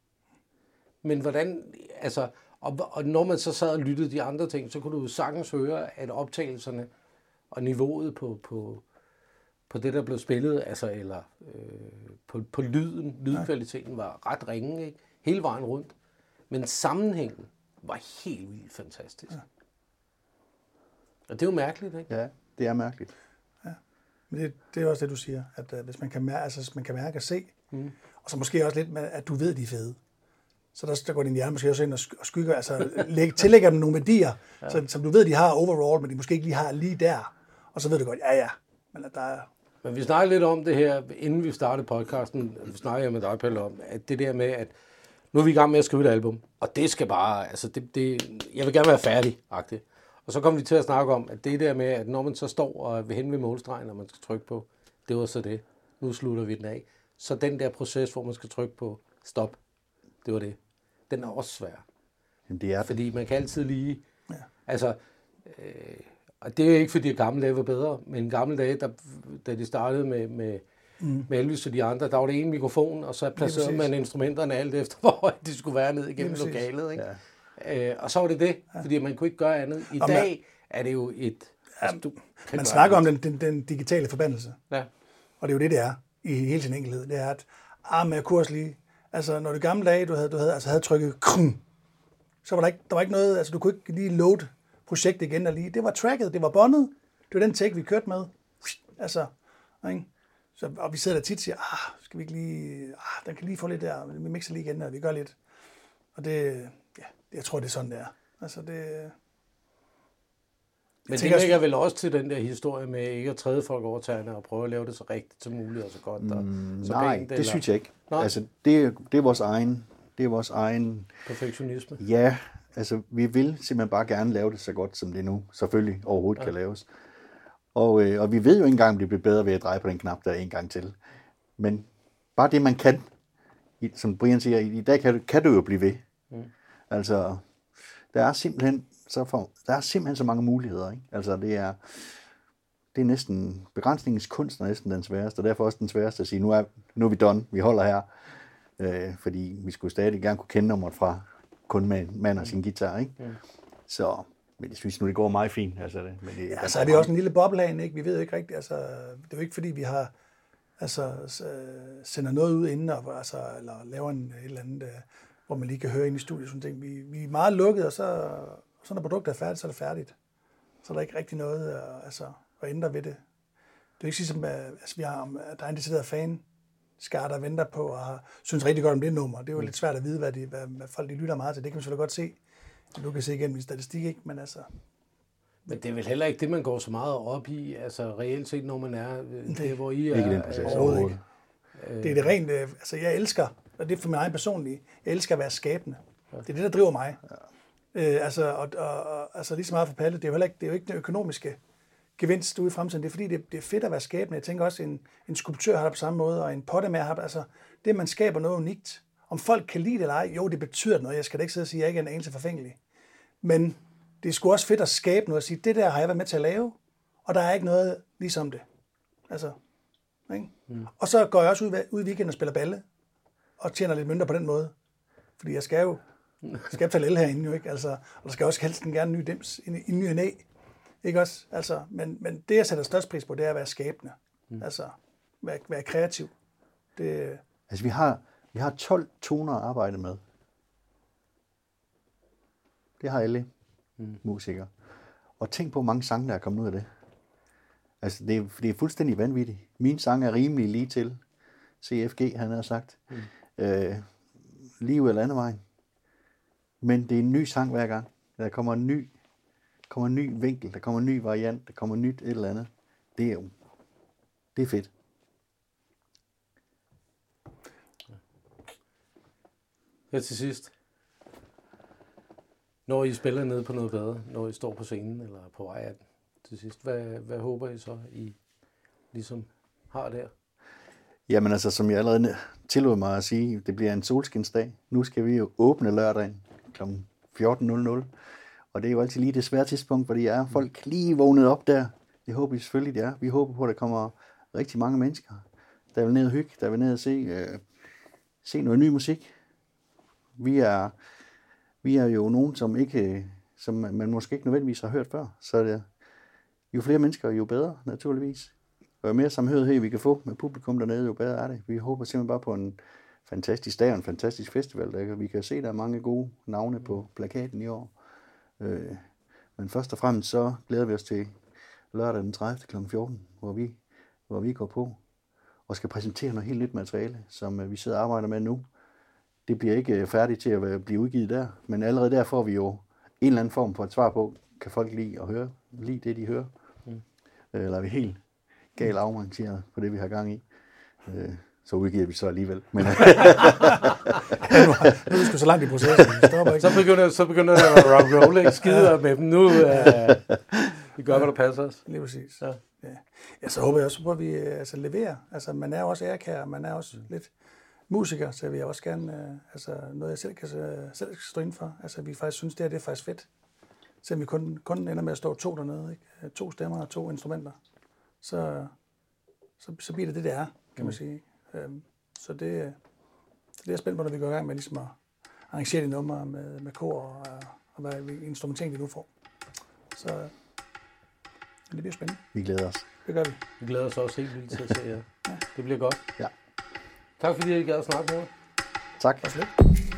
Men hvordan, altså, og, og når man så sad og lyttede de andre ting, så kunne du jo sagtens høre, at optagelserne og niveauet på, på, på det, der blev spillet, altså, eller øh, på, på lyden, lydkvaliteten var ret ringe, ikke? Hele vejen rundt. Men sammenhængen var helt vildt fantastisk. Ja. Og det er jo mærkeligt, ikke? Ja, det er mærkeligt. Ja. Men det, det er også det, du siger, at uh, hvis man kan mærke, altså, man kan mærke og se, mm. og så måske også lidt med, at du ved, de er fede. Så der, der går din hjerne måske også ind og skygger, altså læg, tillægger dem nogle værdier, ja. så, som du ved, de har overall, men de måske ikke lige har lige der. Og så ved du godt, ja ja, men at der er... Men vi snakkede lidt om det her, inden vi startede podcasten, vi snakkede jeg med dig, Pelle, om, at det der med, at nu er vi i gang med at skrive et album, og det skal bare, altså det, det, jeg vil gerne være færdig, agtigt. Og så kom vi til at snakke om, at det der med, at når man så står og er hen ved målstregen, og man skal trykke på, det var så det, nu slutter vi den af. Så den der proces, hvor man skal trykke på stop, det var det. Den er også svær. Jamen, det er det. Fordi man kan altid lige, ja. altså, øh, og det er ikke fordi, at gamle dage var bedre, men i gamle dage, der, da de startede med, med Mm. med Elvis og de andre, der var det en mikrofon, og så placerede man instrumenterne alt efter, hvor de skulle være ned igennem lokalet. Ikke? Ja. Øh, og så var det det, ja. fordi man kunne ikke gøre andet. I og dag man, er det jo et... Ja, altså, du man snakker om den, den, den digitale forbandelse. Ja. Og det er jo det, det er, i hele sin enkelhed. Det er, at ah, men jeg kunne også lige... Altså, når det gamle dage, du havde, du havde, altså, havde trykket krum, så var der ikke, der var ikke noget... Altså, du kunne ikke lige load projektet igen og lige... Det var tracket, det var båndet. Det var den take, vi kørte med. Altså, ikke? Så, og vi sidder der tit og siger, ah, skal vi ikke lige, ah, den kan lige få lidt der, vi mixer lige igen, og vi gør lidt. Og det, ja, jeg tror, det er sådan, det er. Altså, det... Men det ligger vel også til den der historie med ikke at træde folk over tæerne og prøve at lave det så rigtigt som muligt og så godt. Og mm, så nej, pænt, det eller... synes jeg ikke. Nej. Altså, det, det er vores egen, det er vores egen... Perfektionisme. Ja, altså, vi vil simpelthen bare gerne lave det så godt, som det nu selvfølgelig overhovedet ja. kan laves. Og, øh, og vi ved jo ikke engang, om det bliver bedre ved at dreje på den knap der en gang til. Men bare det, man kan, i, som Brian siger, i dag kan du, kan du jo blive ved. Mm. Altså, der er simpelthen så for, der er simpelthen så mange muligheder. Ikke? Altså, det er, det er næsten, begrænsningens kunst er næsten den sværeste, og derfor også den sværeste at sige, nu er, nu er vi done, vi holder her. Øh, fordi vi skulle stadig gerne kunne kende nummeret fra kun med en mand og sin guitar, ikke? Mm. Så, men jeg synes nu, det går meget fint. Altså, det, men det, ja, så er det også en lille boblehan, ikke? Vi ved ikke rigtigt, altså, det er jo ikke fordi, vi har, altså, sender noget ud inden, og, altså, eller laver en, et eller andet, hvor man lige kan høre ind i studiet, sådan ting. Vi, vi er meget lukket, og så, så når produktet er færdigt, så er det færdigt. Så er der ikke rigtig noget altså, at ændre ved det. Det er ikke ligesom, at altså, vi har, der er en decideret fan, skar, der venter på og har, synes rigtig godt om det nummer. Det er jo lidt svært at vide, hvad, de, hvad, hvad folk de lytter meget til. Det kan man selvfølgelig godt se. Du kan se igennem i statistik, ikke? Men altså... Men det er vel heller ikke det, man går så meget op i, altså reelt set, når man er det, det hvor I er... Ikke den proces overhovedet ikke. Øh, det er det rent... Altså, jeg elsker, og det er for min egen personlige, jeg elsker at være skabende. Ja. Det er det, der driver mig. Ja. Øh, altså, og, og, og, altså, lige så meget for Palle, det er jo heller ikke, det er jo ikke den økonomiske gevinst ude i fremtiden. Det er fordi, det, det er fedt at være skabende. Jeg tænker også, en, en skulptør har det på samme måde, og en pottemager har det. Altså, det, man skaber noget unikt. Om folk kan lide det eller ej, jo, det betyder noget. Jeg skal da ikke sidde og sige, at jeg ikke er en anelse forfængelig. Men det er sgu også fedt at skabe noget og sige, det der har jeg været med til at lave, og der er ikke noget ligesom det. Altså, ikke? Mm. Og så går jeg også ud, ud i weekenden og spiller balle, og tjener lidt mønter på den måde. Fordi jeg skal jo skal betale el herinde jo, ikke? Altså, og der skal også helst en gerne ny dims i, i ny og næ. Ikke også? Altså, men, men det, jeg sætter størst pris på, det er at være skabende. Mm. Altså, være, være kreativ. Det... Altså, vi har, vi har tolv toner at arbejde med. Det har alle mm. musikere. Og tænk på, hvor mange sange, der er kommet ud af det. Altså, det er, det er fuldstændig vanvittigt. Min sang er rimelig lige til C F G, han har sagt. Mm. Øh, lige ud af landevejen. Men det er en ny sang hver gang. Der kommer en ny, kommer en ny vinkel, der kommer en ny variant, der kommer nyt et eller andet. Det er jo, det er fedt. Her til sidst. Når I spiller ned på noget bedre, når I står på scenen eller på vej af den til sidst, hvad, hvad håber I så, I ligesom har der? Jamen altså, som jeg allerede tillod mig at sige, det bliver en solskinsdag. Nu skal vi jo åbne lørdagen kl. fjorten nul nul. Og det er jo altid lige det svære tidspunkt, fordi er folk lige vågnet op der. Det håber vi selvfølgelig, det er. Vi håber på, at der kommer rigtig mange mennesker, der vil ned og hygge, der vil ned og se, øh, se noget ny musik. Vi er, vi er jo nogen, som, ikke, som man måske ikke nødvendigvis har hørt før. Så det, jo flere mennesker, jo bedre, naturligvis. Og jo mere samhørighed vi kan få med publikum dernede, jo bedre er det. Vi håber simpelthen bare på en fantastisk dag og en fantastisk festival. Der vi kan se, at der er mange gode navne på plakaten i år. Øh, men først og fremmest så glæder vi os til lørdag den tredivte kl. fjorten, hvor vi, hvor vi går på og skal præsentere noget helt nyt materiale, som vi sidder og arbejder med nu. Det bliver ikke færdigt til at blive udgivet der, men allerede der får vi jo en eller anden form for et svar på, kan folk lide at høre, lide det, de hører. Mm. Eller er vi helt galt afrangeret på det, vi har gang i. Øh, så udgiver vi så alligevel. Men nu er vi sgu så langt i processen. Ikke. Så begynder, så begynder det at rock roll, ikke? Skider med dem nu. Uh, vi gør, hvad der passer os. Lige præcis. Ja. Ja. Ja, så håber jeg også på, at vi altså, leverer. Altså, man er jo også ærkær, man er også mm. lidt musiker, så vil jeg også gerne, uh, altså noget jeg selv kan, uh, selv kan stå inden for. Altså, vi faktisk synes, det her det er faktisk fedt. Selvom vi kun, kun ender med at stå to dernede, ikke? To stemmer og to instrumenter. Så, så, så bliver det det, det er, kan man sige. Um, så det, det er jeg spændt på, når vi går i gang med ligesom at arrangere de numre med, med kor og, og hvad instrumentering vi nu får. Så det bliver spændende. Vi glæder os. Det gør vi. Vi glæder os også helt vildt til at se jer. Ja. Det bliver godt. Ja. Tak fordi I gad at snakke med mig. Tak. Tak.